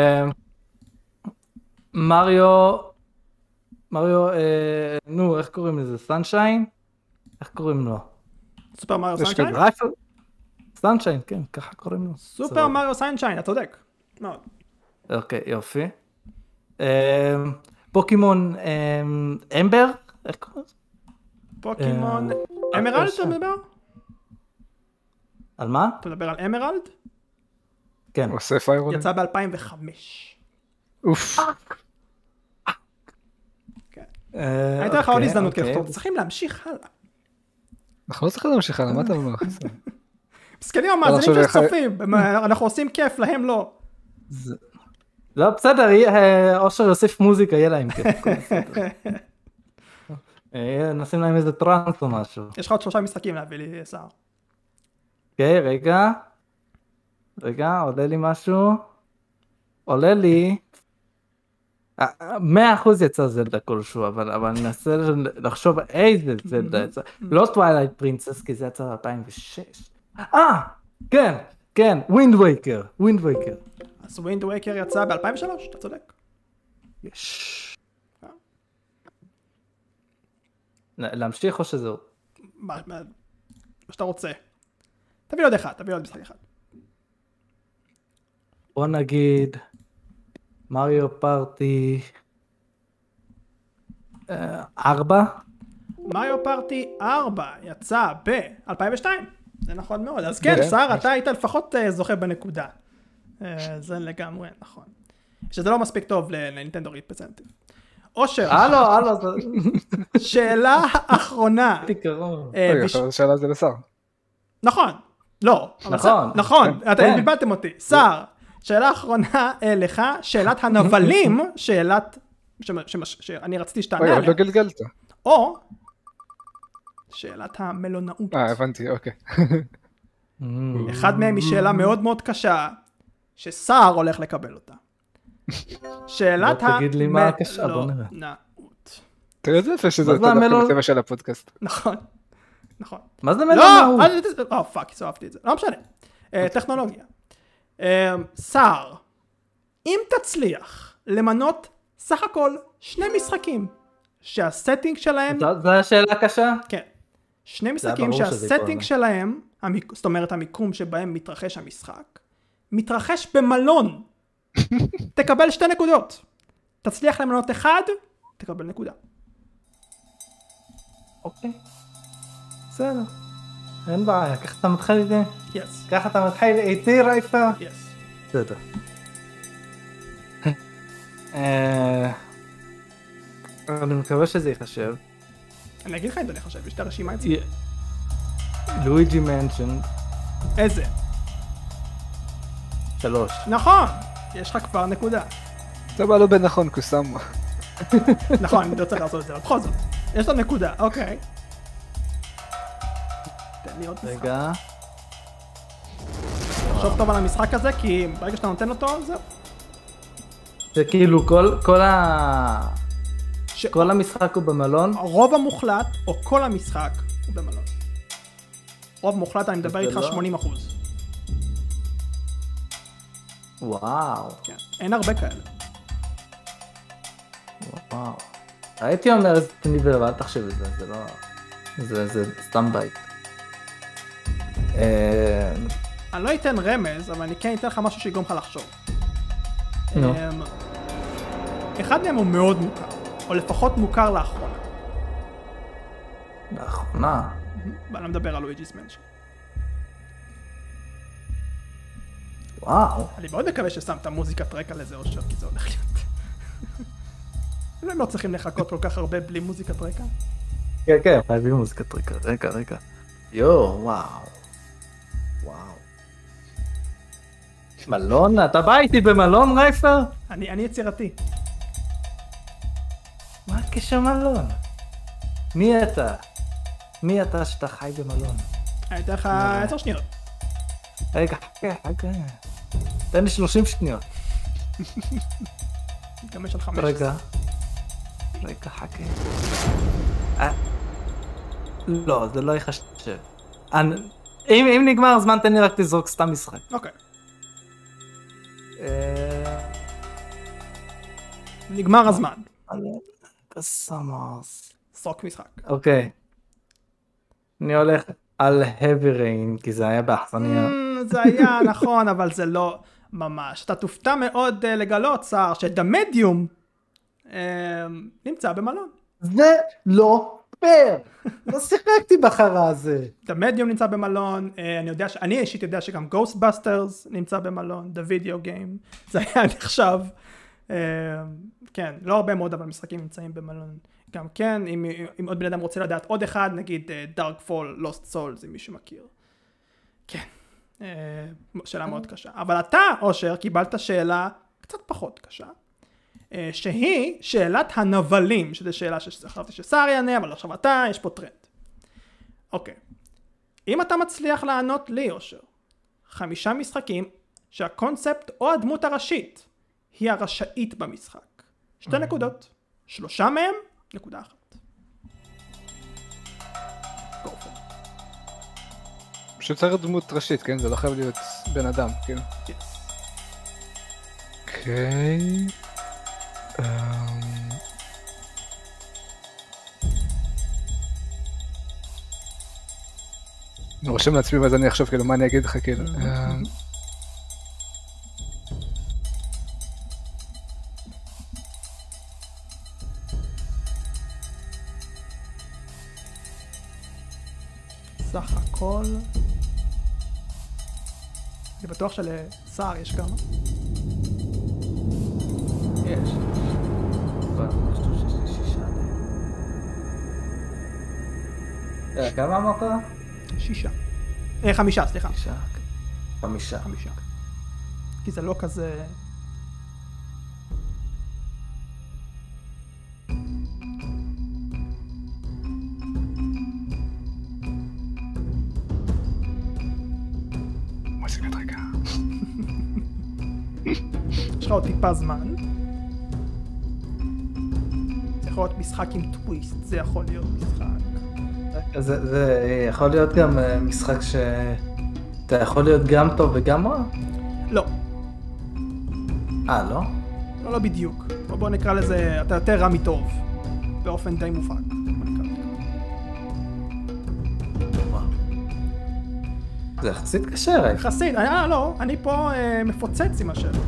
מריו, מריו, נו, איך קוראים לזה? סנשיין? איך קוראים לו? סופר מריו סנשיין? סנשיין, כן, ככה קוראים לו. סופר מריו סנשיין, אתה צודק. מאוד. אוקיי, יופי. פוקימון אמבר? איך קוראים לזה? פוקימון... אמרלד אתה מדבר? על מה? אתה מדבר על אמרלד? כן. הוא עושה פיירולים? יצא ב-אלפיים וחמש. אוף. אה, הייתה לך עוד אוקיי, הזדמנות, כי אוקיי. אנחנו צריכים להמשיך הלאה. אנחנו לא צריכים להמשיך הלאה, מה אתה אומר? מסכנים המאזינים עכשיו איך- שצופים, אנחנו עושים כיף, להם לא. לא, בסדר, יהיה- אושר יוסיף מוזיקה, יהיה להם כיף. הכל בסדר. אה, נשים להם איזה טראנס או משהו. יש לך עוד שלושה משחקים להביא לי, סער. אוקיי, רגע. רגע, עולה לי משהו. עולה לי... מאה אחוז יצא זלדה כלשהו, אבל אבל אני אנסה לחשוב איזה זלדה יצא. לא טווילייט פרינסס, כי זה יצא ב-אלפיים ושש. אה, כן, כן, ווינד וייקר, ווינד וייקר. אז ווינד וייקר יצא ב-אלפיים ושלוש, אתה צודק. יש. להמשיך או שזהו? מה מה- מה שאתה רוצה. תביא עוד אחד, תביא עוד משחק אחד. בוא נגיד מריו פארטי אה, ארבע. מריו פארטי ארבע יצא ב-אלפיים ושתיים. זה נכון מאוד. אז כן, כן. סער, אתה היית לפחות אה, זוכה בנקודה. אה, זה לגמרי נכון. שזה לא מספיק טוב לנינטנדו ריפרזנטיב. אושר, הלו, הלו, זה... שאלה אחרונה. הייתי קרוב. אה, רגע, בש- עכשיו השאלה זה לשר. נכון, לא. אבל נכון. ס- נכון, אתם כן. בלבלתם אותי. סער, שאלה אחרונה אה, לך, שאלת הנבלים, שאלת, שמ- שמש- שאני רציתי שתענה רגע, עוד עליה, לא גלגלת. או שאלת המלונאות. אה, הבנתי, אוקיי. אחד מהם היא שאלה מאוד מאוד קשה, שסער הולך לקבל אותה. שאלת בוא תגיד לי מה הקשה, בוא נראה. המלונאות. תראה איזה יפה שזה מה זה דווקא המלון? בטבע של הפודקאסט. נכון, נכון. מה זה לא, מלונאות? אל ת- אה, פאק, סובבתי את זה. לא משנה. אה, טכנולוגיה. אה, סער, אם תצליח למנות סך הכל שני משחקים, שהסטינג שלהם, זו- זו השאלה הקשה? כן, שני היה משחקים ברור שזה יקרה. שהסטינג שלהם, המיק- זאת אומרת המיקום שבהם מתרחש המשחק, מתרחש במלון. תקבל שתי נקודות. תצליח למנות אחד, תקבל נקודה. אוקיי. בסדר. אין בעיה, ככה אתה מתחיל איתי? יס, ככה אתה מתחיל איתי רייפה? יס. בסדר. אה, אני מקווה שזה ייחשב. אני אגיד לך אם אני חושב, יש את הרשימה אצלי. לואיג'י מנשן איזה? שלוש. נכון, יש לך כבר נקודה. זה בא לא בנכון, קוסאמה. נכון, אני לא צריך לעשות את זה, אבל בכל זאת. יש לו נקודה, אוקיי. תן לי עוד משחק. רגע. תחשוב טוב על המשחק הזה, כי ברגע שאתה נותן אותו, זהו. זה כאילו כל כל ה... ש- כל המשחק הוא במלון? הרוב המוחלט, או כל המשחק, הוא במלון. רוב מוחלט, אני מדבר זה איתך לא- שמונים אחוז. וואו. כן, אין הרבה כאלה. וואו. הייתי אומר סטניבר, אבל אל תחשב את זה, זה לא... זה זה סתם בית. אה, אני לא אתן רמז, אבל אני כן אתן לך משהו שיגרום לך לחשוב. נו. אמ, אחד מהם הוא מאוד מוכר, או לפחות מוכר לאחרונה. לאחרונה. ואני מדבר על לואיג'יס מנשן. וואו. אני מאוד מקווה ששמת מוזיקת רקע לזה אושר, כי זה הולך להיות. הם לא צריכים לחכות כל כך הרבה בלי מוזיקת רקע. כן, כן, חייבים מוזיקת רקע, רגע, רגע. יואו, וואו. וואו. מלון? אתה בא איתי במלון, רייפר? אני אני יצירתי. מה הקשר מלון? מי אתה? מי אתה שאתה חי במלון? אני אתן לך עשר שניות. רגע, חכה, חכה. תן לי שלושים שניות. גם יש על חמש. רגע. רגע, חכה. אה, לא, זה לא ייחשב. אני- אם אם נגמר הזמן, תן לי רק תזרוק סתם משחק. אוקיי. אה, נגמר הזמן. קסמוס. סרוק משחק. אוקיי. אני הולך על heavy rain, כי זה היה באכסניה. Mm, זה היה נכון, אבל זה לא ממש. אתה תופתע מאוד uh, לגלות, סער, שדה מדיום uh, נמצא במלון. זה לא פר, לא שיחקתי בחרה הזה. The Medium נמצא במלון, אני יודע, אני אישית יודע שגם Ghostbusters נמצא במלון, The Video Game, זה היה נחשב, כן, לא הרבה מאוד אבל משחקים נמצאים במלון, גם כן, אם, אם עוד בן אדם רוצה לדעת עוד אחד, נגיד Darkfall, Lost Souls, אם מישהו מכיר. כן, שאלה מאוד קשה. אבל אתה, אושר, קיבלת שאלה קצת פחות קשה, שהיא שאלת הנבלים, שזו שאלה שחשבתי שסער יענה, אבל עכשיו אתה, יש פה טרנד. אוקיי. אם אתה מצליח לענות לי, אושר, חמישה משחקים שהקונספט או הדמות הראשית היא הרשאית במשחק. שתי נקודות. שלושה מהם, נקודה אחת. Go for it. פשוט צריך דמות ראשית, כן? זה לא חייב להיות בן אדם, כן? Yes. אוקיי... אני רושם לעצמי ואז אני אחשוב כאילו מה אני אגיד לך כאילו. סך הכל אני בטוח שלסער יש כמה. יש. כמה אמרת? שישה. אה, חמישה, סליחה. שישה. חמישה. חמישה. כי זה לא כזה... מוזיקת רגע. יש לך עוד טיפה זמן. זה יכול להיות משחק עם טוויסט, זה יכול להיות משחק. זה, זה יכול להיות גם משחק שאתה יכול להיות גם טוב וגם רע? לא. אה, לא? לא, לא בדיוק. בוא, בוא נקרא לזה, אתה יותר רע מטוב. באופן די מובהק. בוא נקרא לזה. זה יחסית קשה, ראי. יחסית, אה, לא, אני פה אה, מפוצץ עם השאלה.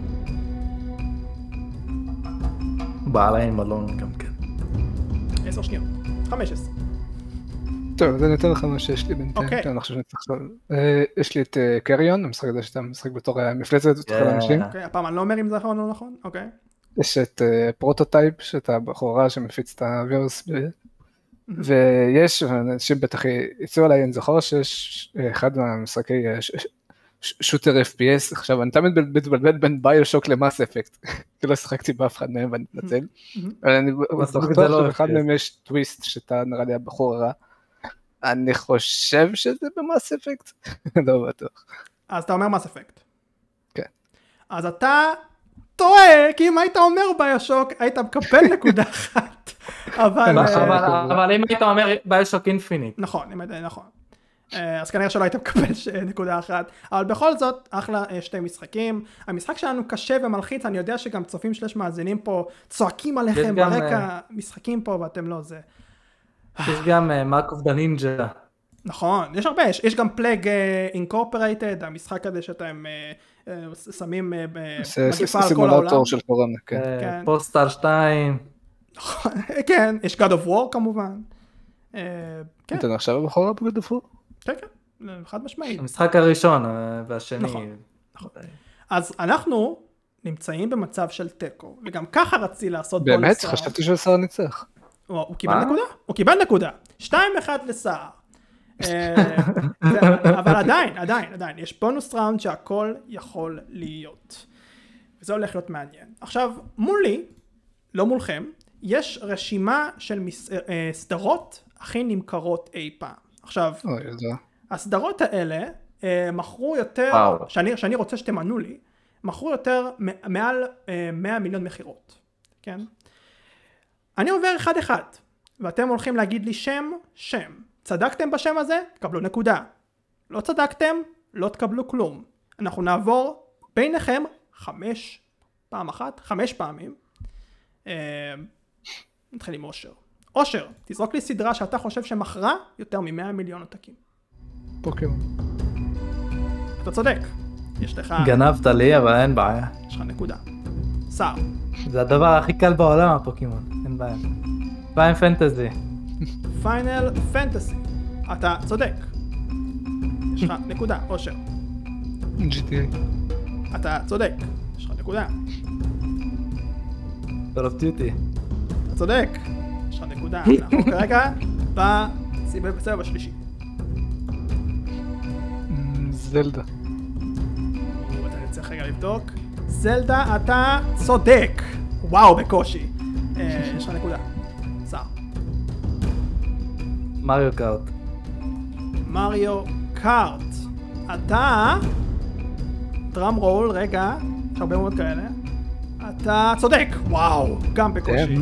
בעלה עם מלון גם כן. עשר שניות. חמש עשרה. טוב, אז אני אתן לך מה שיש לי בינתיים. אוקיי. אני חושב שאני צריך לחשוב. יש לי את קריון, המשחק הזה שאתה משחק בתור מפלצת ותוכל אנשים. אוקיי, הפעם אני לא אומר אם זה נכון או לא נכון, אוקיי. יש את פרוטוטייפ, שאתה בחורה שמפיץ את הווירוס, ויש, אנשים בטח יצאו עליי, אני זוכר שיש אחד מהמשחקי שוטר אף פי אס, עכשיו אני תמיד מתבלבל בין ביושוק למאס אפקט, כי לא שחקתי באף אחד מהם ואני מתנצל, אבל אני בטוח שבאחד מהם יש טוויסט שאתה נראה לי הבחור הרע, אני חושב שזה במאס אפקט, לא בטוח. אז אתה אומר מאס אפקט. כן. אז אתה טועה, כי אם היית אומר ביושוק, היית מקבל נקודה אחת. אבל... אבל אם היית אומר ביושוק אינפיניט. נכון, נכון. אז כנראה שלא היית מקבל נקודה אחת. אבל בכל זאת, אחלה שתי משחקים. המשחק שלנו קשה ומלחיץ, אני יודע שגם צופים שלש מאזינים פה, צועקים עליכם ברקע משחקים פה, ואתם לא זה. יש גם מארק אוף דה נינג'ה. נכון, יש הרבה, יש, יש גם פלאג אינקורפרייטד, המשחק הזה שאתם uh, uh, שמים uh, מגיפה על כל העולם. סימולטור של קורונה, כן. כן. פוסטר שתיים. נכון, כן, יש God of War כמובן. Uh, כן. אתה עכשיו הבחורה ב-God of War? כן, כן, חד משמעית. המשחק הראשון והשני. נכון, נכון. אז אנחנו נמצאים במצב של טקו, וגם ככה רציתי לעשות בונוס. באמת? חשבתי שהסער ניצח. הוא קיבל נקודה, הוא קיבל נקודה. שתיים אחד לסער. אבל עדיין, עדיין, עדיין, יש בונוס ראונד שהכל יכול להיות. וזה הולך להיות מעניין. עכשיו, מולי, לא מולכם, יש רשימה של סדרות הכי נמכרות אי פעם. עכשיו, הסדרות האלה מכרו יותר, שאני רוצה שתמנו לי, מכרו יותר מעל מאה מיליון מחירות. כן? אני עובר אחד אחד, ואתם הולכים להגיד לי שם, שם. צדקתם בשם הזה? תקבלו נקודה. לא צדקתם? לא תקבלו כלום. אנחנו נעבור ביניכם חמש, פעם אחת, חמש פעמים. נתחיל עם אושר. אושר, תזרוק לי סדרה שאתה חושב שמכרה יותר מ-מאה מיליון עותקים. פוקימון. אתה צודק. יש לך... גנבת לי, אבל אין בעיה. יש לך נקודה. סער. זה הדבר הכי קל בעולם, הפוקימון. אין בעיה. בעיה עם פנטזי. פיינל פנטסי. אתה צודק. יש לך נקודה, אושר. ג'י טי איי. אתה צודק. יש לך נקודה. Call of Duty. אתה צודק. יש לך נקודה. אנחנו כרגע בסבב השלישי. זלדה. אתה צריך רגע לבדוק. זלדה, אתה צודק. וואו, בקושי. יש לך נקודה. סער. מריו קארט. מריו קארט. אתה... דראם רול, רגע. יש הרבה מאוד כאלה. אתה צודק. וואו, גם בקושי.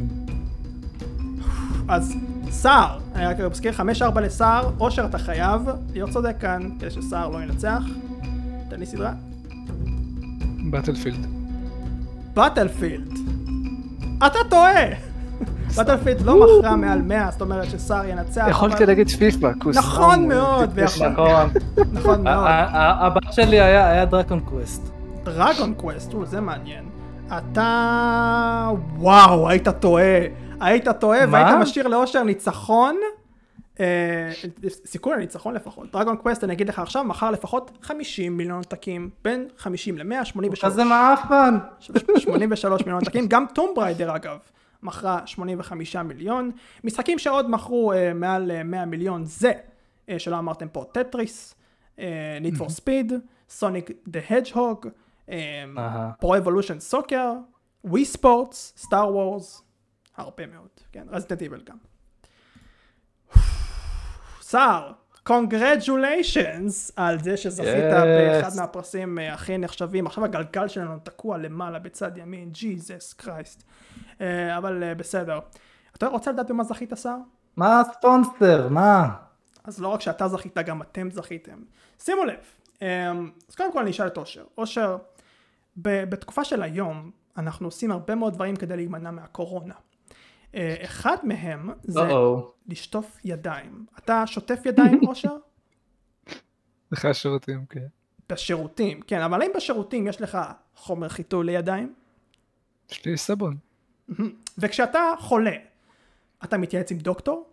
אז סער, אני רק מזכיר חמש ארבע לסער. אושר, אתה חייב להיות צודק כאן, כדי שסער לא ינצח. תן לי סדרה. באטלפילד. באטלפילד. אתה טועה! באטלפילד לא מכרה מעל מאה, זאת אומרת שסער ינצח. יכולתי להגיד פיפה, כוס. נכון מאוד. נכון. נכון מאוד. הבא שלי היה דרגון קווסט. דרגון קווסט, זה מעניין. אתה... וואו, היית טועה. היית טועה והיית משאיר לאושר ניצחון. סיכוי לניצחון לפחות. דרגון קווסט, אני אגיד לך עכשיו, מחר לפחות חמישים מיליון עותקים, בין חמישים ל-מאה שמונים ושלוש. כזה מאפן. שמונים ושלוש מיליון עותקים, גם טום בריידר אגב, מכרה שמונים וחמישה מיליון. משחקים שעוד מכרו מעל מאה מיליון זה, שלא אמרתם פה, טטריס, Need for Speed, Sonic the Hedgehog, Pro Evolution Soccer, Wii Sports, Star Wars, הרבה מאוד, כן, Resident Evil גם. סער, congratulations על זה שזכית באחד מהפרסים הכי נחשבים. עכשיו הגלגל שלנו תקוע למעלה בצד ימין, ג'יזוס קרייסט. אבל בסדר. אתה רוצה לדעת במה זכית, סער? מה הספונסר? מה? אז לא רק שאתה זכית, גם אתם זכיתם. שימו לב. אז קודם כל אני אשאל את אושר. אושר, בתקופה של היום אנחנו עושים הרבה מאוד דברים כדי להימנע מהקורונה. אחד מהם זה לשטוף ידיים. אתה שוטף ידיים, אושר? לך השירותים, כן. בשירותים, כן, אבל האם בשירותים יש לך חומר חיטוי לידיים? יש לי סבון. וכשאתה חולה, אתה מתייעץ עם דוקטור?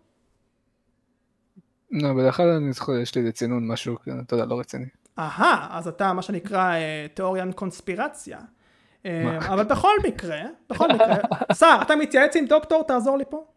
לא, בדרך כלל אני זוכר, יש לי צינון משהו, אתה יודע, לא רציני. אהה, אז אתה מה שנקרא תיאוריין קונספירציה. אבל בכל מקרה, בכל מקרה, סער, אתה מתייעץ עם דוקטור, תעזור לי פה?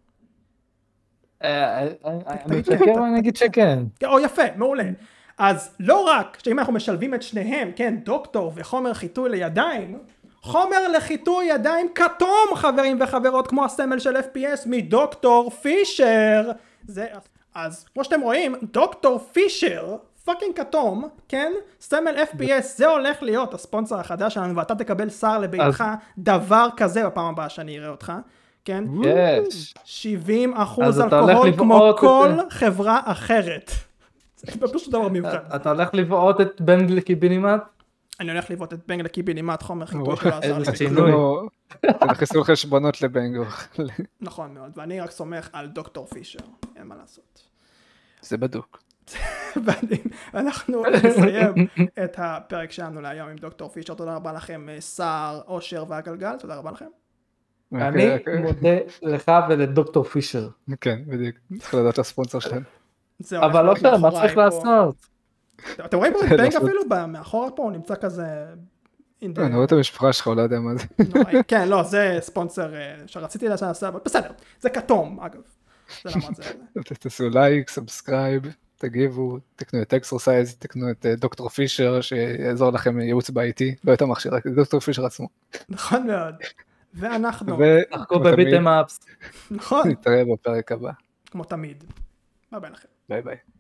אני אתקר ואני אגיד שכן. או יפה, מעולה. אז לא רק שאם אנחנו משלבים את שניהם, כן, דוקטור וחומר חיטוי לידיים, חומר לחיטוי ידיים כתום, חברים וחברות, כמו הסמל של אף פי אס מדוקטור פישר. זה, אז כמו שאתם רואים, דוקטור פישר, פאקינג כתום, כן? סמל אף פי אס, זה הולך להיות הספונסר החדש שלנו, ואתה תקבל שר לביתך דבר כזה בפעם הבאה שאני אראה אותך, כן? שבעים אחוז אלכוהול כמו כל חברה אחרת. זה פשוט דבר מיוחד. אתה הולך לבעוט את בנג לקיבינימט? אני הולך לבעוט את בנג לקיבינימט, חומר חיטוי שלא עזר לי. איזה שינוי. נכנסו חשבונות לבנגו. נכון מאוד, ואני רק סומך על דוקטור פישר, אין מה לעשות. זה בדוק. ואנחנו נסיים את הפרק שלנו להיום עם דוקטור פישר. תודה רבה לכם, סער, אושר והגלגל, תודה רבה לכם. אני מודה לך ולדוקטור פישר. כן, בדיוק, צריך לדעת את הספונסר שלהם. אבל לא שלהם, מה צריך לעשות? אתם רואים פה את בנג אפילו מאחורה פה, הוא נמצא כזה... אני רואה את המשפחה שלך, הוא לא יודע מה זה. כן, לא, זה ספונסר שרציתי לעשות, אבל בסדר, זה כתום, אגב. תעשו לייק, סאבסקרייב, תגיבו, תקנו את אקסרסייז, תקנו את דוקטור פישר, שיעזור לכם ייעוץ ביתי, לא את המכשיר, רק דוקטור פישר עצמו. נכון מאוד. ואנחנו... נחכו בביטם אפס. נכון. נתראה בפרק הבא. כמו תמיד. ביי ביי לכם. ביי ביי.